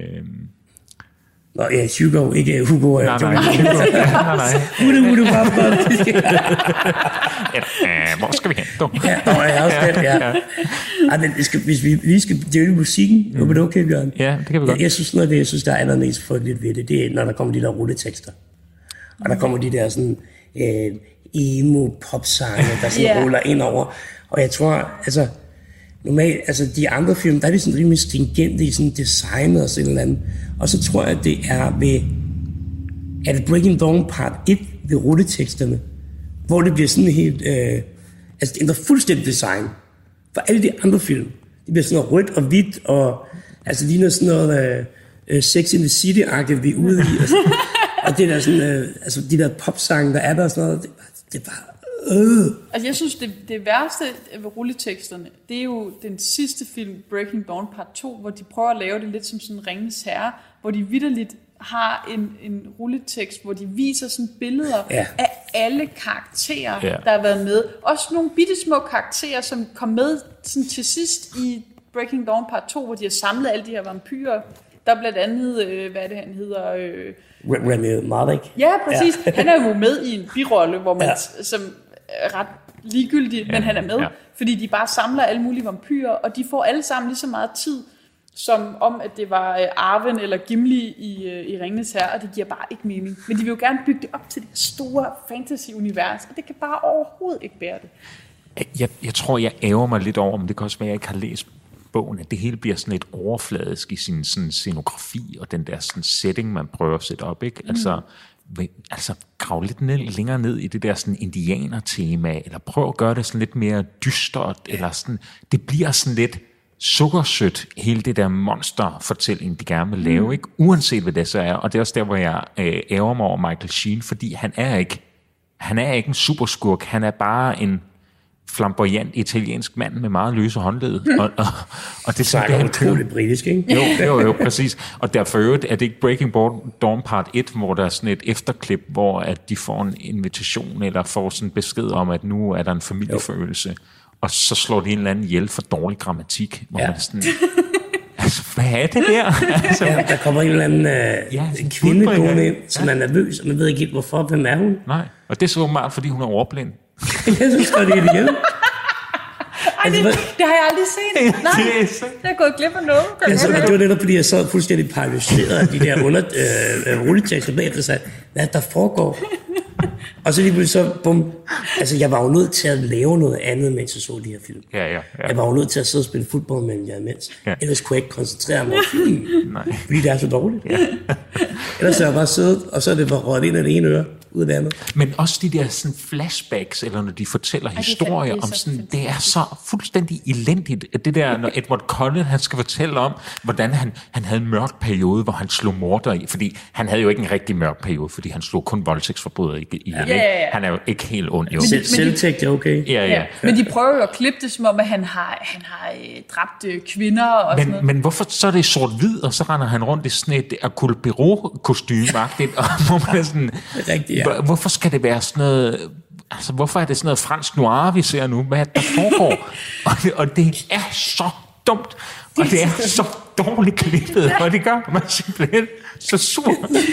Nå ja, Hugo, ikke Hugo. Nej. Hvor skal vi hen? Hvis vi lige skal dele musikken, er det okay, Bjørn? Ja, det kan vi godt. Jeg synes noget af det, jeg synes, der er allermest frygteligt ved det, det er, når der kommer de der rulletekster. Og der kommer de der sådan emo-pop-sange, der sådan ruller ind over. Og jeg tror, altså normalt, altså de andre film, der er de sådan rimelig stringente i sådan designet og sådan et eller andet. Og så tror jeg, det er det Breaking Dawn part 1 ved rulleteksterne, hvor det bliver sådan helt, altså det ændrer fuldstændig design for alle de andre film. Det bliver sådan noget rødt og hvidt, og altså ligner sådan noget Sex in the City-agtigt, vi er ude i. Og det der sådan, altså de der popsange, der er der og sådan noget, det er bare... Altså jeg synes, det værste ved rulleteksterne, det er jo den sidste film, Breaking Dawn part 2, hvor de prøver at lave det lidt som sådan Ringenes Herre, hvor de vitterligt har en rulletekst, hvor de viser sådan billeder af alle karakterer, der har været med. Også nogle bittesmå karakterer, som kom med sådan til sidst i Breaking Dawn Part 2, hvor de har samlet alle de her vampyrer. Der er blandt andet, hvad er det, han hedder? Rami Malek. Ja, præcis. Han er jo med i en birolle, hvor man som er ret ligegyldig, men han er med, fordi de bare samler alle mulige vampyrer, og de får alle sammen lige så meget tid, som om, at det var Arwen eller Gimli i Ringenes Herre, og det giver bare ikke mening. Men de vil jo gerne bygge det op til det store fantasy-univers, og det kan bare overhovedet ikke bære det. Jeg tror, jeg ærger mig lidt over, men det kan også være, at jeg ikke har læst bogen, at det hele bliver sådan lidt overfladisk i sin sådan scenografi, og den der sådan setting, man prøver at sætte op, ikke? Altså grav lidt længere ned i det der sådan indianer-tema, eller prøv at gøre det sådan lidt mere dystert, eller sådan, det bliver sådan lidt sukkersødt, hele det der monsterfortælling, de gerne vil lave, ikke? Uanset hvad det så er, og det er også der, hvor jeg ærger mig over Michael Sheen, fordi han er ikke en superskurk, han er bare en flamboyant italiensk mand med meget løse håndled. Og det snakker utroligt britisk, ikke? Jo, præcis. Og derfor er det ikke Breaking Dawn Part 1, hvor der er sådan et efterklip, hvor at de får en invitation, eller får sådan en besked om, at nu er der en familieforøgelse. Og så slår de en eller anden ihjel for dårlig grammatik, hvor man sådan... Altså, hvad er det der? Altså, der kommer en eller anden kvinde gående ind, som er nervøs, og man ved ikke helt, hvorfor. Hvem er hun? Nej, og det er så meget, fordi hun er overblind. Jeg synes godt, det er det igen. Ej, det har jeg aldrig set. Nej, jeg har gået glip af noget. Altså, det var netop, fordi jeg sad fuldstændig paralyseret af de der rulletekster bagefter, og sagde, hvad der foregår? Og så lige pludselig så, bum. Altså, jeg var jo nødt til at lave noget andet, mens jeg så de her film. Ja. Jeg var jo nødt til at sidde og spille fodbold med jer imens. Ellers kunne jeg ikke koncentrere mig om filmen, fordi det er så dårligt. Ellers har jeg bare siddet, og så er det bare rødt ind af det ene øre, ud af det andet. Men også de der sådan flashbacks, eller når de fortæller historier om sådan, det er så fuldstændig elendigt, at det der, når Edward Cullen, han skal fortælle om, hvordan han havde en mørk periode, hvor han slog morder i, fordi han havde jo ikke en rigtig mørk periode, fordi han slog kun voldtægtsforbrydere i. Han er jo ikke helt ond, jo. Selvtægt er okay. Ja. Men de prøver jo at klippe det, som om, at han har dræbt kvinder og sådan noget. Men hvorfor så er det sort-hvid, og så render han rundt i sådan et Hercule Poirot-kostyme-agtigt, og hvor man er sådan... Rigtigt, Hvorfor skal det være sådan noget... Altså, hvorfor er det sådan noget fransk noir, vi ser nu? Hvad der foregår? og det er så dumt, og det er så dårligt klippet, og det gør mig simpelthen så sur.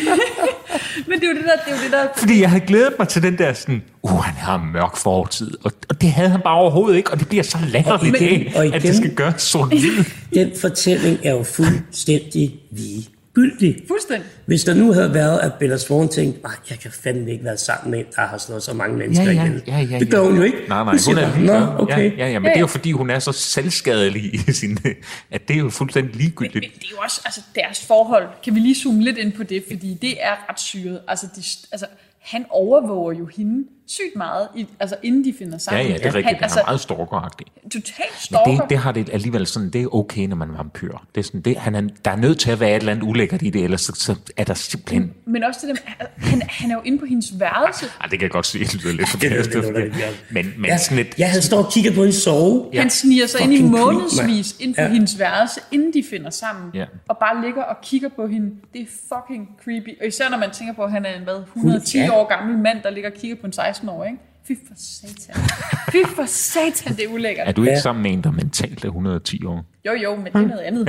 Men det er jo det der... Fordi jeg havde glædet mig til den der sådan, han har en mørk fortid, og det havde han bare overhovedet ikke, og det bliver så latterligt, at det skal gøres sort-hvid. Den fortælling er jo fuldstændig ligegyldig. Fuldstændig. Hvis der nu havde været, at Bella Swan tænkte, jeg kan fandme ikke være sammen med en, der har slået så mange mennesker ihjel. Ja. Det gør hun jo ikke. Nej, hun er ligeglad. Okay. Ja, men det er jo fordi, hun er så selvskadelig i sin... At det er jo fuldstændig ligegyldigt. Men det er jo også deres forhold. Kan vi lige zoome lidt ind på det, fordi det er ret syret. Han overvåger jo hende sygt meget, inden de finder sammen. Ja, det er rigtigt. Han er meget stalkeragtig. Totalt stalker. Men det har det alligevel sådan, det er okay, når man er vampyr. Det er sådan, der er nødt til at være et eller andet ulækkert i det, ellers så er der simpelthen... Men også det der, han er jo inde på hendes værelse. Det kan jeg godt sige, det lyder lidt forkert. Men sådan lidt... Ja, han står og kigger på en sove. Han sniger sig ind i månedsvis ind på hendes værelse, inden de finder sammen. Og bare ligger og kigger på hende. Det er fucking creepy. Og især når man tænker på, at han er en 110 år gammel mand, der ligger og kigger på en 16-årig, ikke? Fy for satan, det er ulækkert. Er du ikke sammen med en, der mentalt er 110 år? Jo, men det er noget andet.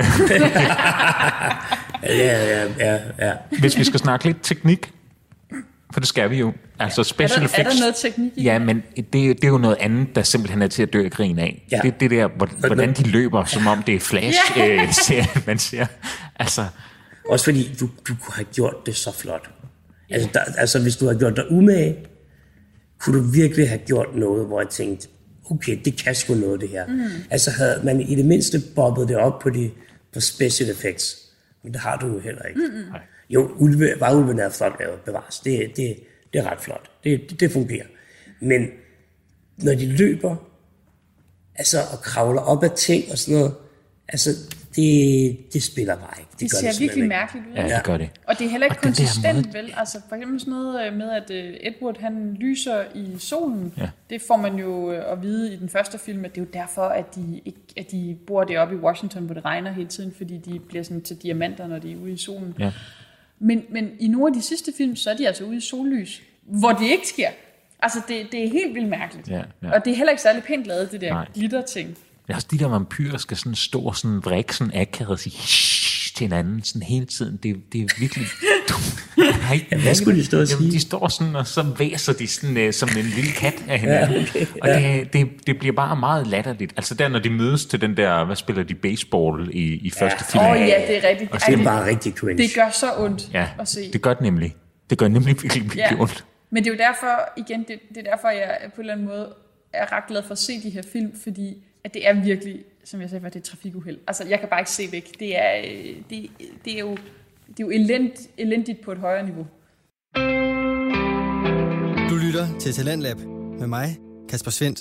Ja. Hvis vi skal snakke lidt teknik, for det skal vi jo. Altså special effects. Er der noget teknik i det? Ja, men det er jo noget andet, der simpelthen er til at dø af grin af. Ja. Det der, hvordan de løber, som om det er Flash, man ser. Altså. Også fordi du kunne have gjort det så flot. Altså hvis du har gjort dig umage, kunne du virkelig have gjort noget, hvor jeg tænkte, okay, det kan sgu noget det her. Altså havde man i det mindste bobbet det op på special effects, men det har du jo heller ikke. Jo, ulven er flot lavet, bevares. Det er ret flot. Det fungerer. Men når de løber, og kravler op ad ting og sådan noget, det spiller bare ikke. Det ser virkelig mærkeligt ud. Ja, det gør det. Og det er heller ikke konsistent, vel? Altså for eksempel sådan noget med, at Edward han lyser i solen. Ja. Det får man jo at vide i den første film, at det er jo derfor, at de bor deroppe i Washington, hvor det regner hele tiden, fordi de bliver sådan til diamanter, når de er ude i solen. Ja. Men i nogle af de sidste film, så er de altså ude i sollys, hvor det ikke sker. Altså, det er helt vildt mærkeligt. Ja. Og det er heller ikke særlig pænt lavet, det der glitter-ting. Ja, de der vampyrer skal sådan stå og sådan vrikke sådan akavet og sige til hinanden sådan hele tiden. Det er virkelig... Hvad skulle de stå og sige? De står sådan, og så væser de sådan, som en lille kat af hinanden. Ja, okay. Og det bliver bare meget latterligt. Altså der, når de mødes til den der, hvad spiller de, baseball i første film. Ja, det er rigtigt. Og det er bare rigtig cringe. Det gør så ondt at se. Det gør det nemlig. Det gør nemlig virkelig ondt. Men det er jo derfor, igen, det er derfor, jeg på en eller anden måde er ret glad for at se de her film, fordi at det er virkelig, som jeg sagde, det er trafikuheld. Altså, jeg kan bare ikke se væk. Det er jo elendigt på et højere niveau. Du lytter til Talentlab med mig, Kasper Svendt.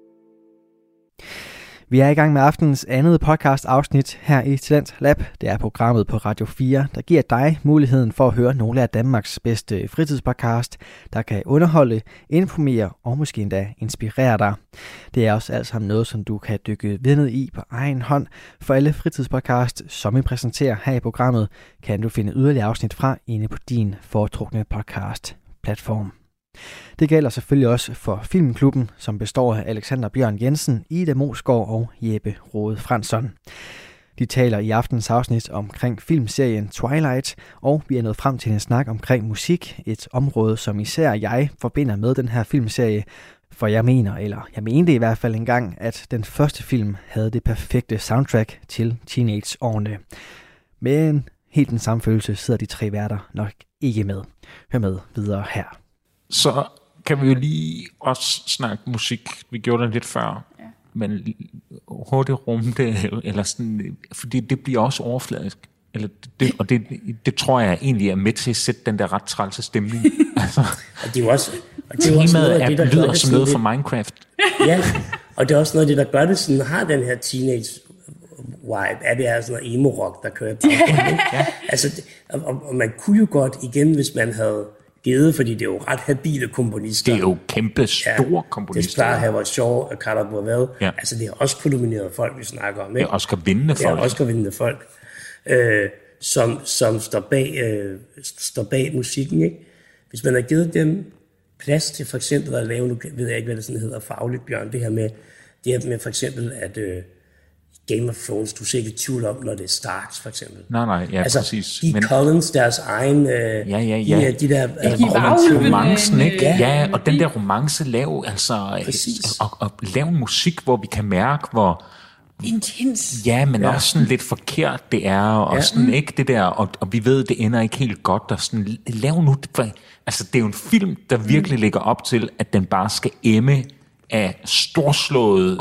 Vi er i gang med aftenens andet podcast-afsnit her i Talentlab. Det er programmet på Radio 4, der giver dig muligheden for at høre nogle af Danmarks bedste fritidspodcast, der kan underholde, informere og måske endda inspirere dig. Det er også alt sammen noget, som du kan dykke videre i på egen hånd. For alle fritidspodcast, som vi præsenterer her i programmet, kan du finde yderligere afsnit fra inde på din foretrukne podcast-platform. Det gælder selvfølgelig også for Filmklubben, som består af Alexander Bjørn Jensen, Ida Mosgaard og Jeppe Rode Fransson. De taler i aftens afsnit omkring filmserien Twilight, og vi er nået frem til en snak omkring musik, et område, som især jeg forbinder med den her filmserie, for jeg mente i hvert fald engang, at den første film havde det perfekte soundtrack til teenageårene. Men helt den samme følelse sidder de tre værter nok ikke med. Hør med videre her. Så kan vi jo lige også snakke musik. Vi gjorde det lidt før, men hurtigt rumme det, eller sådan, fordi det bliver også overfladisk. Eller det tror jeg egentlig er med til at sætte den der ret trælse stemning. Altså, og det er jo også... Temaet lyder som noget fra Minecraft. Ja, og det er også noget af det, der gør det sådan, har den her teenage vibe, er det er sådan noget emo-rock, der kører på. Ja. Altså, og man kunne jo godt igen, hvis man havde givet, fordi det er jo ret habile komponister. Det er jo kæmpe store komponister. Det er Howard Shaw og Carter Burwell. Ja. Altså, det er også nominerede folk, vi snakker om. Ikke? Det er Oscar-vindende folk. Ja, Oscar-vindende folk, som står bag musikken. Ikke? Hvis man har givet dem plads til for eksempel at lave, nu ved jeg ikke, hvad det sådan hedder fagligt, Bjørn, det her med for eksempel, at Game of Thrones, du ser ikke tvivl om, når det starts, for eksempel. Nej, ja, altså, præcis. Men Collins, deres egen... De der... romancen, ikke? Ja, og den der romance lav, altså... Og lav musik, hvor vi kan mærke, hvor... intens. Ja, men også sådan lidt forkert det er, og sådan ikke det der, og vi ved, det ender ikke helt godt, og sådan, lav nu... Altså, det er jo en film, der virkelig lægger op til, at den bare skal emme af storslået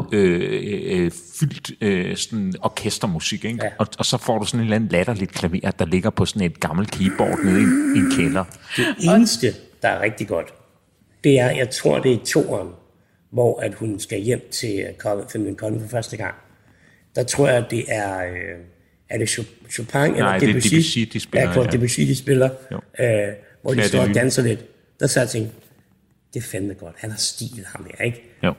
fyldt sådan orkestermusik, ikke? Ja. Og så får du sådan en eller anden latterligt klaver, der ligger på sådan et gammelt keyboard nede i en kælder. Det eneste, der er rigtig godt, det er, jeg tror, det er toeren, hvor at hun skal hjem til filmen Connie for første gang. Der tror jeg, det er det Chopin eller Debussy? Debussy, de spiller. Ja, Debussy, de spiller, hvor de står og danser lidt. Der så jeg tænkt, det er fandme godt. Han har stil, ham her, ikke? Jo.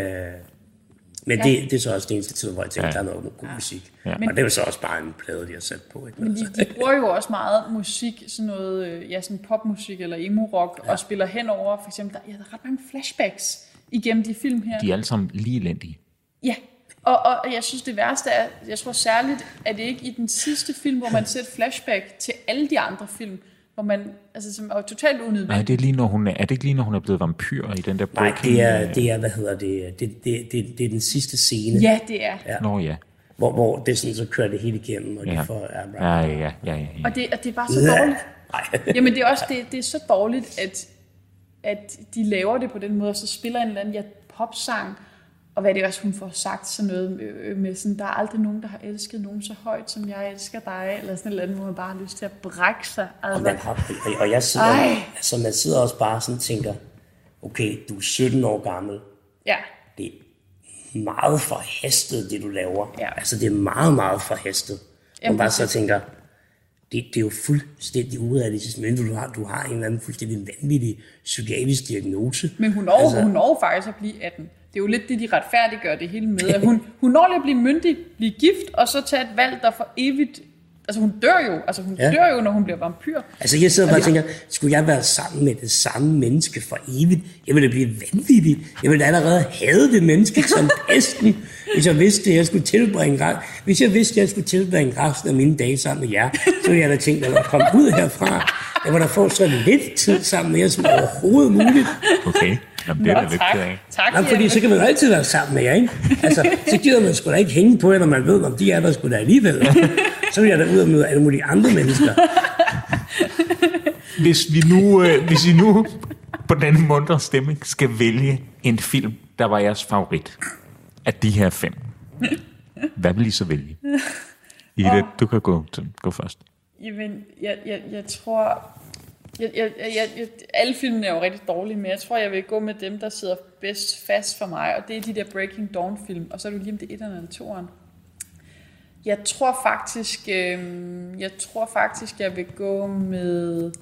Men det er så også det eneste tid, hvor jeg tænker, der er noget god musik. Ja. Og det er jo så også bare en plade, de har sat på. Ikke? Men de bruger jo også meget musik, sådan noget sådan popmusik eller emo-rock, og spiller henover, for eksempel, der er ret mange flashbacks igennem de film her. De er alle sammen lige elendige. Ja, og jeg synes det værste er, jeg tror særligt, at det ikke i den sidste film, hvor man ser et flashback til alle de andre film, hvor man, altså som er totalt unødvendigt. Nej, det er lige når hun er det ikke lige når hun er blevet vampyr i den der breaking? Nej, det er hvad hedder det? Det er den sidste scene. Ja, det er. Ja. Nå ja. Hvor det sådan så kører det hele igennem, og de får ja. Og det er bare så dårligt. Jamen det er også det er så dårligt, at de laver det på den måde, og så spiller en eller anden popsang. Og hvad det også, hun får sagt sådan noget med sådan, der er aldrig nogen, der har elsket nogen så højt, som jeg elsker dig, eller sådan et eller andet, hvor man bare har lyst til at brække sig. Altså. Og jeg sidder, altså man sidder også bare sådan og tænker, okay, du er 17 år gammel. Ja. Det er meget forhastet, det du laver. Ja. Altså det er meget, meget forhastet. Man bare så tænker, det er jo fuldstændig urealistisk, men du har en eller anden fuldstændig vanvittig psykiatrisk diagnose. Men hun når faktisk at blive 18. Det er jo lidt det, de retfærdiggør det hele med, at hun når lige at blive myndig, blive gift, og så tage et valg, der for evigt Altså hun dør jo, når hun bliver vampyr. Altså jeg sidder bare og tænker, skulle jeg være sammen med det samme menneske for evigt? Jeg ville blive vanvittig. Jeg ville allerede hade det menneske som pesten, hvis jeg vidste, at jeg skulle tilbringe resten af mine dage sammen med jer. Så ville jeg da tænke, at jeg komme ud herfra. Jeg var der få så lidt tid sammen med jer som overhovedet muligt. Okay. Jamen, det er da lidt ked af. Tak, fordi så kan man jo altid være sammen med jer, ikke? Altså, så gider man sgu da ikke hænge på jer, når man ved, om de er der sgu da alligevel. Så vil jeg da ud og møde alle mulige andre mennesker. Hvis I nu på denne muntre stemning skal vælge en film, der var jeres favorit af de her 5, hvad vil I så vælge? Ida, du kan gå først. Jamen, jeg tror... alle filmene er jo rigtig dårlige, men jeg tror, jeg vil gå med dem, der sidder bedst fast for mig, og det er de der Breaking Dawn-film, og så er det jo lige om det 1'eren eller 2'eren. Jeg tror faktisk, jeg vil gå med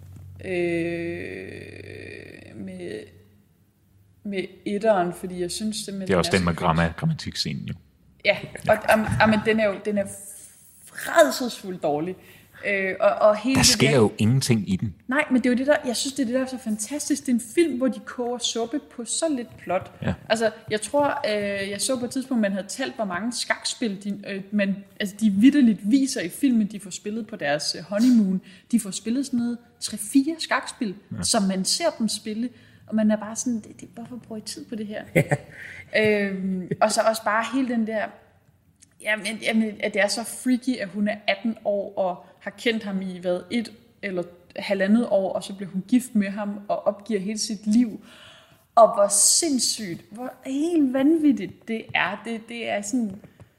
med 1'eren, fordi jeg synes simpelthen... Det er også den med grammatikscenen, jo. Ja, men den er rædselsfuldt dårlig. Og hele der sker jo ingenting i den. Nej, men det er jo det der, jeg synes, det er det, der er så fantastisk. Det er en film, hvor de koger suppe på så lidt plot. Ja. Altså, jeg tror, jeg så på et tidspunkt, man havde talt, hvor mange skakspil, de vitterligt viser i filmen, de får spillet på deres honeymoon. De får spillet sådan noget 3-4 skakspil, som man ser dem spille, og man er bare sådan, hvorfor bruger I tid på det her? Og så også bare hele den der... Jamen, at det er så freaky, at hun er 18 år og har kendt ham i 1 eller 1,5 år, og så bliver hun gift med ham og opgiver hele sit liv. Og hvor sindssygt, hvor helt vanvittigt det er. Det er sådan...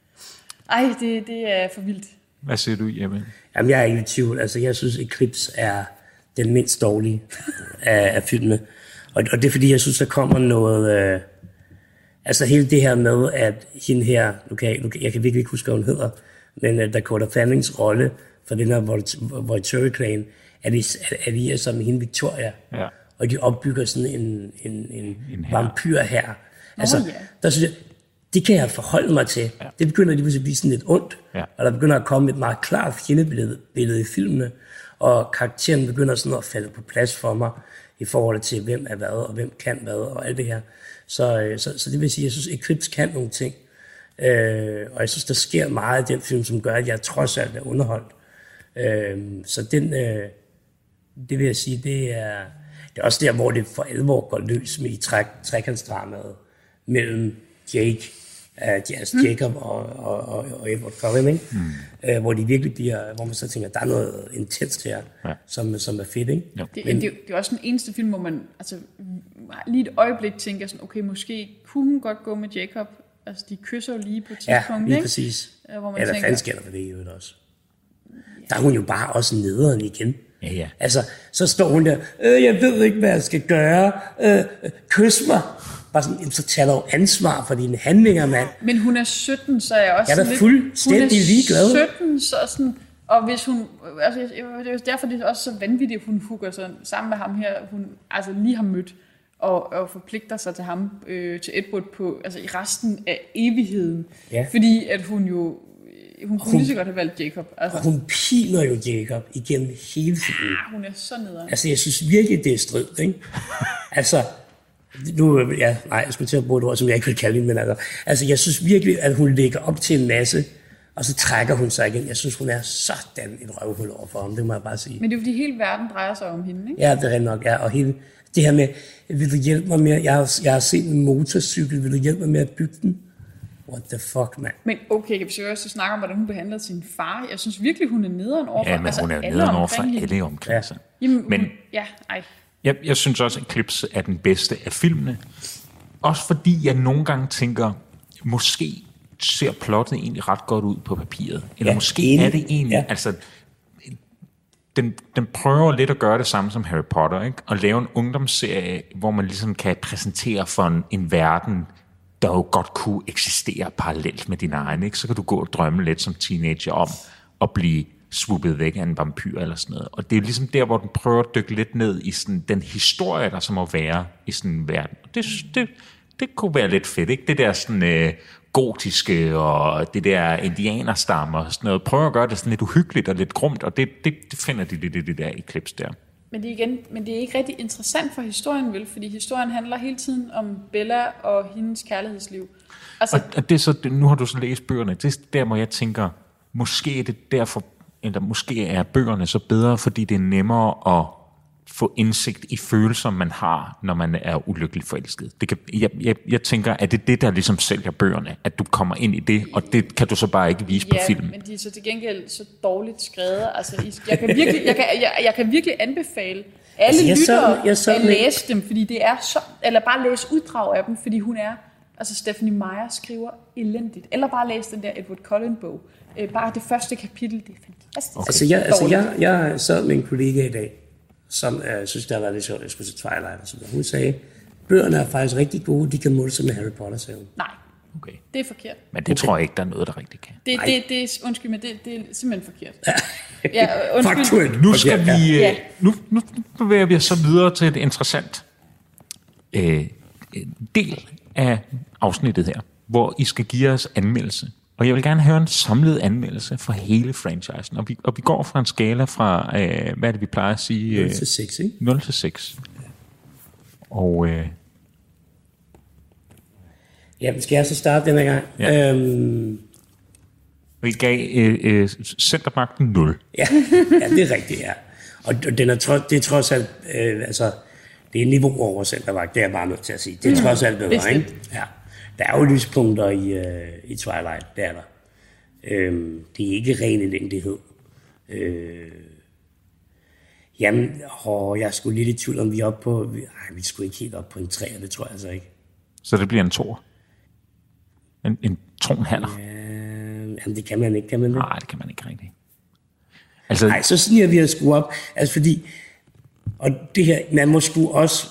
det er for vildt. Hvad siger du, Jeppe? Jamen, jeg er ikke i tvivl. Altså, jeg synes, Eclipse er den mindst dårlige af filmene. Og det er fordi, jeg synes, der kommer noget... Altså hele det her med, at hende her, jeg kan virkelig ikke huske, hvad hun hedder, men Dakota Fannings rolle for den her Volturi-klan, er de som hende Victoria. Ja. Og de opbygger sådan en vampyr her. Altså, der synes jeg, det kan jeg forholde mig til. Ja. Det begynder lige pludselig at blive sådan lidt ondt. Ja. Og der begynder at komme et meget klart fjendebillede i filmene. Og karakteren begynder sådan at falde på plads for mig, i forhold til, hvem er hvad, og hvem kan hvad, og alt det her. Så det vil sige, jeg synes, Eclipse kan nogle ting. Og jeg synes, der sker meget i den film, som gør, at jeg trods alt er underholdt. Så det vil jeg sige, det er også der, hvor det for alvor går løs med i trekantsdramaet mellem Jacob og Edward Cullen, ikke? Hvor de virkelig bliver, hvor man så tænker, der er noget intenst her, som er fedt, ikke? Ja. Det er også den eneste film, hvor man altså, lige et øjeblik tænker sådan, okay, måske kunne hun godt gå med Jacob. Altså, de kysser jo lige på et tidspunkt, ikke? Ja, lige præcis. Hvor man tænker, fanden sker der for det i øvrigt også? Der er hun jo bare også nederen igen. Ja. Altså, så står hun der, jeg ved ikke, hvad jeg skal gøre, kys mig. Bare sådan, så tager du ansvar for dine handlinger, mand. Men hun er 17, så er jeg også jeg er da fuldstændig ligeglad. Hun er 17, så sådan, og hvis hun, altså, det er derfor, det er også så vanvittigt, at hun hugger sådan sammen med ham her, hun altså lige har mødt, og forpligter sig til ham, til Edward på, altså i resten af evigheden. Ja. Fordi at hun kunne lige så godt have valgt Jacob. Altså. Og hun piner jo Jacob igennem hele filmen. Ja, hun er så nederen. Altså, jeg synes virkelig, det er strid, ikke? Altså, jeg skulle til at bruge et ord, som jeg ikke vil kalde hende, men altså, jeg synes virkelig, at hun lægger op til en masse, og så trækker hun sig igen. Jeg synes, hun er sådan et røvhul over for ham, det må jeg bare sige. Men det er jo fordi, hele verden drejer sig om hende, ikke? Ja, det er nok, ja. Og hele det her med, vil du hjælpe mig med, jeg har set en motorcykel, vil du hjælpe mig med at bygge den? What the fuck, man? Men okay, kan vi så også snakke om, hvordan hun behandler sin far? Jeg synes virkelig, hun er nederen overfor. Ja, men hun er jo nederen overfor alle omkring sig. Men jeg synes også, at Eclipse er den bedste af filmene. Også fordi jeg nogle gange tænker, måske ser plottet egentlig ret godt ud på papiret. Eller måske er det egentlig, altså... Den prøver lidt at gøre det samme som Harry Potter, ikke? Og lave en ungdomsserie, hvor man ligesom kan præsentere for en verden, der jo godt kunne eksistere parallelt med din egen, ikke? Så kan du gå og drømme lidt som teenager om at blive swoopet væk af en vampyr eller sådan noget. Og det er ligesom der, hvor den prøver at dykke lidt ned i sådan den historie, der så må være i sådan en verden. Og det kunne være lidt fedt, ikke? Det der sådan gotiske og det der indianerstammer og sådan noget. Prøv at gøre det sådan lidt uhyggeligt og lidt grumt, og det finder de det der eclipse der. Men det er ikke rigtig interessant for historien, vel? Fordi historien handler hele tiden om Bella og hendes kærlighedsliv. Altså, og det er så, nu har du så læst bøgerne. Det er der, hvor jeg tænker, måske er det derfor, eller måske er bøgerne så bedre, fordi det er nemmere at få indsigt i følelser, man har, når man er ulykkelig forelsket. Jeg tænker, at det er det, der ligesom sælger bøgerne, at du kommer ind i det, og det kan du så bare ikke vise på film. Men de er så til gengæld så dårligt skrevet. Altså, jeg kan virkelig anbefale alle lyttere at læse dem, fordi det er så, eller bare læse uddrag af dem, fordi hun er, altså Stephenie Meyer skriver elendigt. Eller bare læse den der Edward Cullen-bog. Bare det første kapitel, det er fantastisk. Okay. Jeg sad med en kollega i dag, som synes, der var lidt sjovt, jeg skulle til Twilight og sådan noget. Hun sagde, bøgerne er faktisk rigtig gode, de kan måle sig med Harry Potter-serien. Nej, okay. Det er forkert. Men det tror jeg ikke, der er noget, der rigtig kan. Undskyld, men det er simpelthen forkert. Faktuelt. Nu skal vi... Nu bevæger vi os så videre til et interessant del af afsnittet her, hvor I skal give os anmeldelse. Og jeg vil gerne høre en samlet anmeldelse for hele franchisen. Og vi går fra en skala fra, hvad er det, vi plejer at sige? 0 til 6, ikke? 0 til 6. Og... Jamen, skal jeg så starte denne gang? Ja. Vi gav centermagten 0. Ja, det er rigtigt, ja. Og det er trods alt, altså, det er niveau over centermagt, det er jeg bare nødt til at sige. Det er trods alt bedre, ikke? Ja. Der er jo lyspunkter i Twilight, det er der. Det er ikke ren elendighed. Jamen, jeg er sgu lidt i tvivl, om vi er oppe på... vi er sgu ikke helt oppe på en 3, det tror jeg altså ikke. Så det bliver en 2? En 2,5? Jamen, det kan man ikke, kan man det? Nej, det kan man ikke rigtig. Altså... Nej, så sniger vi at skrue op. Altså fordi... Og det her, man må sgu også...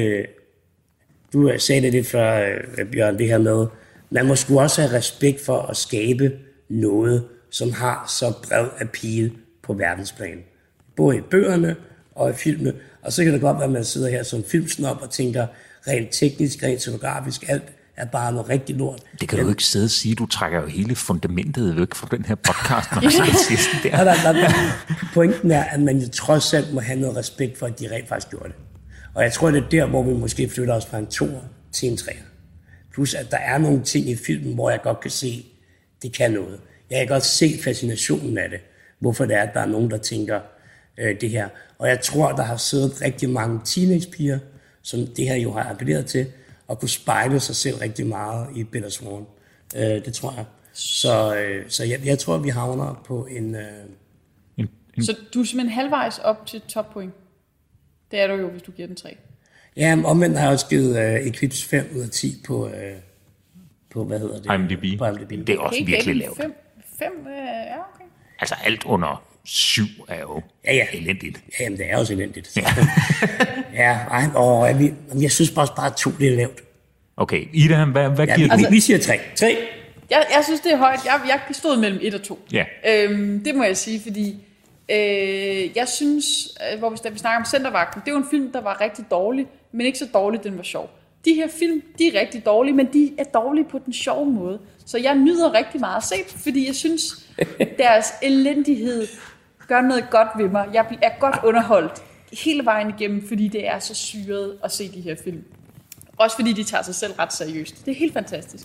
du sagde det før, Bjørn, det her med... Man må sgu også have respekt for at skabe noget, som har så bred appeal på verdensplan. Både i bøgerne og i filmene. Og så kan det godt være, at man sidder her som filmsnop og tænker, rent teknisk, rent scenografisk, alt er bare noget rigtig lort. Det kan du ikke sidde og sige. Du trækker jo hele fundamentet væk fra den her podcast, når man skal sige sådan der. Pointen er, at man jo trods alt må have noget respekt for, at de rent faktisk gjorde det. Og jeg tror, det er der, hvor vi måske flytter os fra en 2 til en 3. Plus, at der er nogle ting i filmen, hvor jeg godt kan se, det kan noget. Jeg kan godt se fascinationen af det. Hvorfor det er, at der er nogen, der tænker det her. Og jeg tror, der har siddet rigtig mange teenagepiger, som det her jo har appelleret til, og kunne spejle sig selv rigtig meget i Bella Swan. Det tror jeg. Så jeg tror, vi havner på en... Så du er simpelthen halvvejs op til toppoint? Det er du jo, hvis du giver den 3. Ja, men omvendt har jeg også givet Eclipse 5 ud af 10 på hvad hedder det? IMDb. På IMDb. Det er også virkelig lavt. 5, ja, okay. Altså alt under 7 er jo elendigt. Ja, jamen, det er også elendigt. Jeg synes bare 2 det er lavt. Okay, Ida, hvad giver du? Vi siger 3. 3. Jeg synes, det er højt. Jeg stod mellem 1 og 2. Ja. Det må jeg sige, fordi jeg synes, hvor vi snakker om Centervagten, det er jo en film, der var rigtig dårlig, men ikke så dårlig, den var sjov. De her film, de er rigtig dårlige, men de er dårlige på den sjove måde. Så jeg nyder rigtig meget at se dem, fordi jeg synes, deres elendighed gør noget godt ved mig. Jeg er godt underholdt hele vejen igennem, fordi det er så syret at se de her film. Også fordi de tager sig selv ret seriøst. Det er helt fantastisk.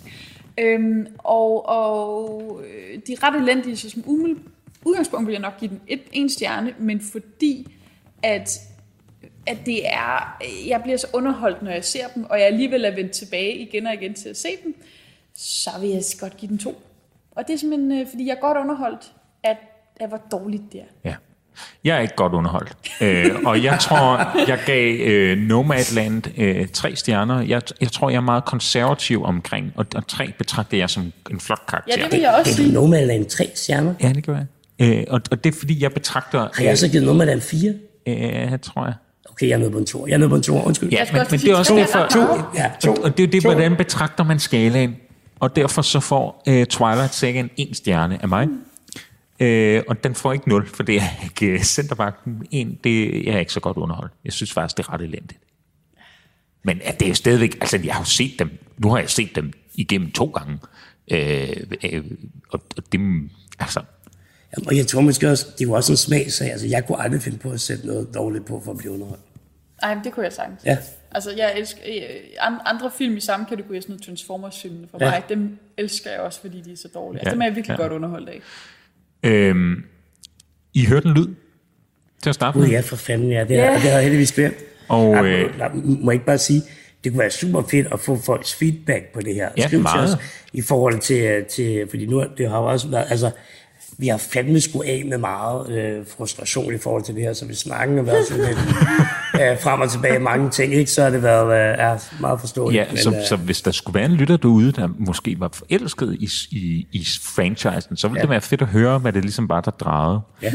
Og de er ret elendige, så som udgangspunkt vil jeg nok give den 1 stjerne, men fordi at det er, jeg bliver så underholdt, når jeg ser dem, og jeg alligevel er vendt tilbage igen og igen til at se dem, så vil jeg godt give den 2. Og det er simpelthen, fordi jeg er godt underholdt, at hvor dårligt det er. Ja. Jeg er ikke godt underholdt. Og jeg tror, jeg gav Nomadland 3 stjerner. Jeg tror, jeg er meget konservativ omkring, og 3 betragter jeg som en flot karakter. Ja, det vil jeg også sige. Nomadland 3 stjerner? Ja, det gør jeg. Og det er fordi, jeg betragter... Har jeg så givet Nomadland 4? Ja, tror jeg. Okay, jeg er nede på en 2. Undskyld. Ja, men det er også derfor... Og det er jo det, hvordan betragter man skalaen. Og derfor så får Twilight Saga 1 stjerne af mig. Og den får ikke 0, for det er ikke Centervagten 1. Jeg er ikke så godt underholdt. Jeg synes faktisk, det er ret elendigt. Men det er jo stadigvæk... Altså, jeg har jo set dem... Nu har jeg set dem igennem 2 gange. Og det, altså... Og jeg tror måske også, det var også en smagsag. Altså, jeg kunne aldrig finde på at sætte noget dårligt på for at blive underholdt. Ej, men det kunne jeg sagtens. Ja. Altså, jeg elsker andre film i samme kategori, sådan noget Transformers-filmene for mig, dem elsker jeg også, fordi de er så dårlige. Altså, dem er jeg virkelig godt underholdt af. I hørte en lyd til at starte med? Ja, for fanden, ja. Det har jeg heldigvis glemt. Og, må jeg ikke bare sige, det kunne være super fedt at få folks feedback på det her. Ja, Skriv til meget. os i forhold til fordi nu, det har jo også været, altså, vi har fandme skulle af med meget frustration i forhold til det her, så hvis snakken har været sådan lidt frem og tilbage mange ting, ikke, så har det været meget forståeligt. Ja, men, så hvis der skulle være en lytter derude, der måske var forelsket i franchisen, så ville det være fedt at høre, hvad det ligesom bare der drejede. Ja.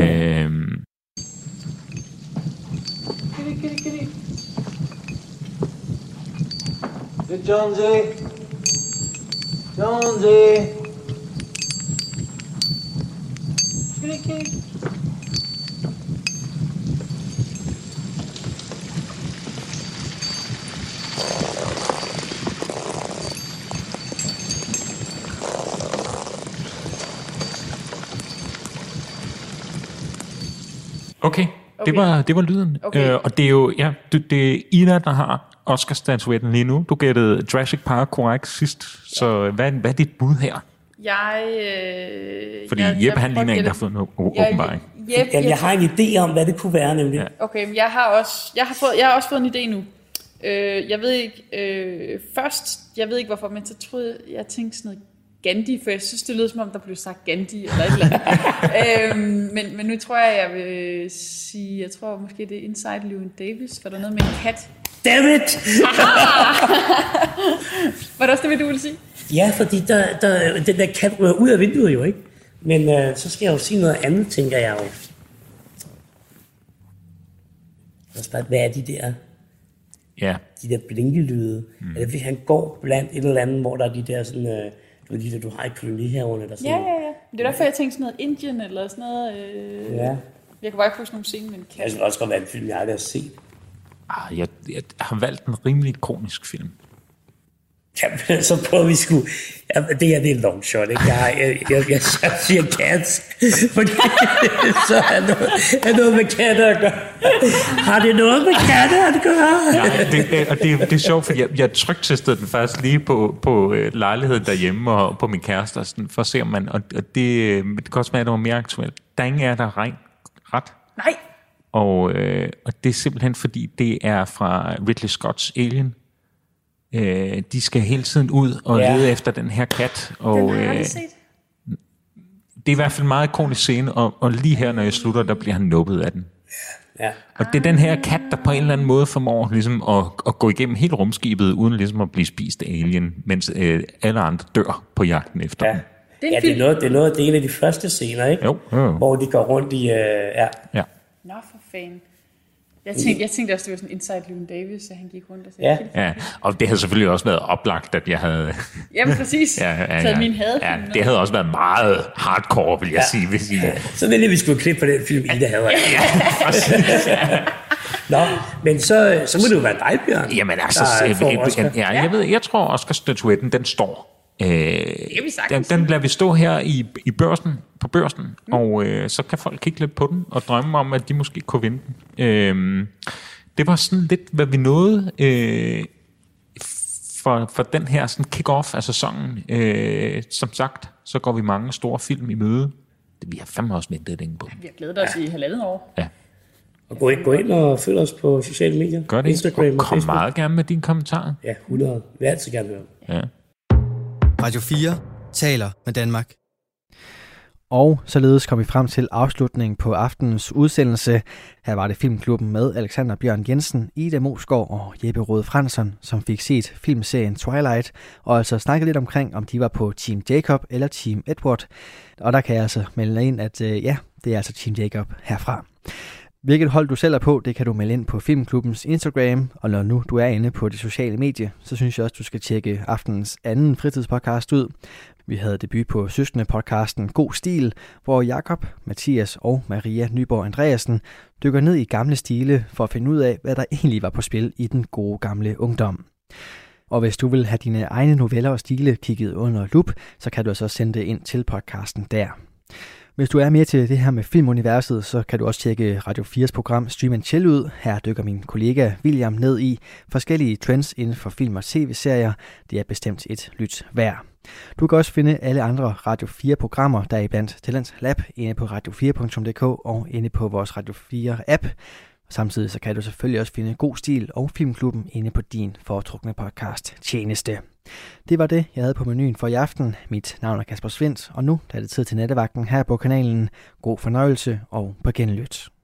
Det er Jonesy. Jonesy. Okay, det var lyden. Okay. Og det er jo det er Ina, der har Oscar-statuetten lige nu. Du gættede Jurassic Park korrekt sidst, så hvad er dit bud her? Fordi Jeppe han ligner en, der har fået noget åbenbaring. Jeg har en idé om, hvad det kunne være, nemlig. Ja. Okay, men jeg har også fået en idé nu. Jeg ved ikke, jeg ved ikke hvorfor, men så troede jeg tænkte sådan noget Gandhi, for jeg synes, det lød som om, der blev sagt Gandhi eller et eller andet. Men nu tror jeg vil sige, jeg tror måske det er Inside Llewyn Davis, for der er noget med en kat. Dammit! Var det også det, du ville sige? Ja, fordi den der kat rører ud af vinduet jo, ikke? Men så skal jeg jo sige noget andet, tænker jeg jo. Hvad er de der? Ja. De der blinkelyde. Er det fordi, han går blandt et eller andet, hvor der er de der sådan... du har i kolonihaverne eller sådan. Ja. Det er derfor, jeg tænkte sådan noget Indien eller sådan noget. Ja. Jeg kan bare ikke få sådan nogle scene med en kat. Det skal også godt være en film, jeg aldrig har set. Jeg har valgt en rimelig ikonisk film. Jamen, så prøver vi sgu... Ja, det her, det er long shot, ikke? Jeg siger cats, fordi så er noget med katter at gøre. Har det noget med katter at gøre? Ja, det er sjovt, for jeg trygtestede den faktisk lige på lejligheden derhjemme og på min kæreste, sådan, for at se, om man... Og det kan også være, at det var mere aktuelt. Der er ingen af jer, der er ret. Nej! Og det er simpelthen, fordi det er fra Ridley Scotts Alien. De skal hele tiden ud og lede efter den her kat. Og, den har jeg set. Det er i hvert fald en meget ikonisk scene, og lige her, når jeg slutter, der bliver han nubbet af den. Ja. Og det er den her kat, der på en eller anden måde formår ligesom at gå igennem hele rumskibet, uden ligesom at blive spist af alien, mens alle andre dør på jagten efter dem. Det er en af de første scener, ikke? Jo. Hvor de går rundt i... Ja. Nå, for fanden. Jeg tænkte også, det var sådan Inside Llewyn Davis, at han gik rundt og sagde. Ja, og det havde selvfølgelig også været oplagt, at jeg havde... Jamen præcis, taget min hadefilm. Ja, det havde også været meget hardcore, vil jeg sige. Hvis så ville vi skulle klippe på den film, Ida havde. Ja, præcis. Nå, men så må det jo være dig, Bjørn. Jamen altså, jeg tror Oscar-statuetten, den står. Den lader vi stå her i børsen, på børsen, og så kan folk kigge lidt på den og drømme om, at de måske kunne vinde den. Det var sådan lidt, hvad vi nåede for den her sådan kick-off af sæsonen. Som sagt, så går vi mange store film i møde. Vi har fandme også ventet længe på. Vi har glædet os i 1,5 år. Ja. Og gå ind og følg os på sociale medier. Gør det. Instagram og kom meget gerne med dine kommentarer. Ja, 100. Vi vil altid gerne høre. Ja. Radio 4 taler med Danmark. Og således kom vi frem til afslutningen på aftenens udsendelse. Her var det Filmklubben med Alexander Bjørn Jensen, Ida Mosgaard og Jeppe Rode Fransson, som fik set filmserien Twilight, og altså snakket lidt omkring, om de var på Team Jacob eller Team Edward. Og der kan jeg altså melde ind, at det er altså Team Jacob herfra. Hvilket hold du selv er på, det kan du melde ind på Filmklubbens Instagram, og når nu du er inde på det sociale medie, så synes jeg også, du skal tjekke aftenens anden fritidspodcast ud. Vi havde debut på søskende-podcasten God Stil, hvor Jakob, Mathias og Maria Nyborg Andreasen dykker ned i gamle stile for at finde ud af, hvad der egentlig var på spil i den gode gamle ungdom. Og hvis du vil have dine egne noveller og stile kigget under lup, så kan du altså sende det ind til podcasten der. Hvis du er mere til det her med filmuniverset, så kan du også tjekke Radio 4's program Stream & Chill ud. Her dykker min kollega William ned i forskellige trends inden for film og tv-serier. Det er bestemt et lyt værd. Du kan også finde alle andre Radio 4-programmer, der er iblandt Talent Lab, inde på radio4.dk og inde på vores Radio 4-app. Samtidig så kan du selvfølgelig også finde God Stil og Filmklubben inde på din foretrukne podcast tjeneste. Det var det, jeg havde på menuen for i aften. Mit navn er Kasper Svendt, og nu er det tid til nattevagten her på kanalen. God fornøjelse og på genlyt.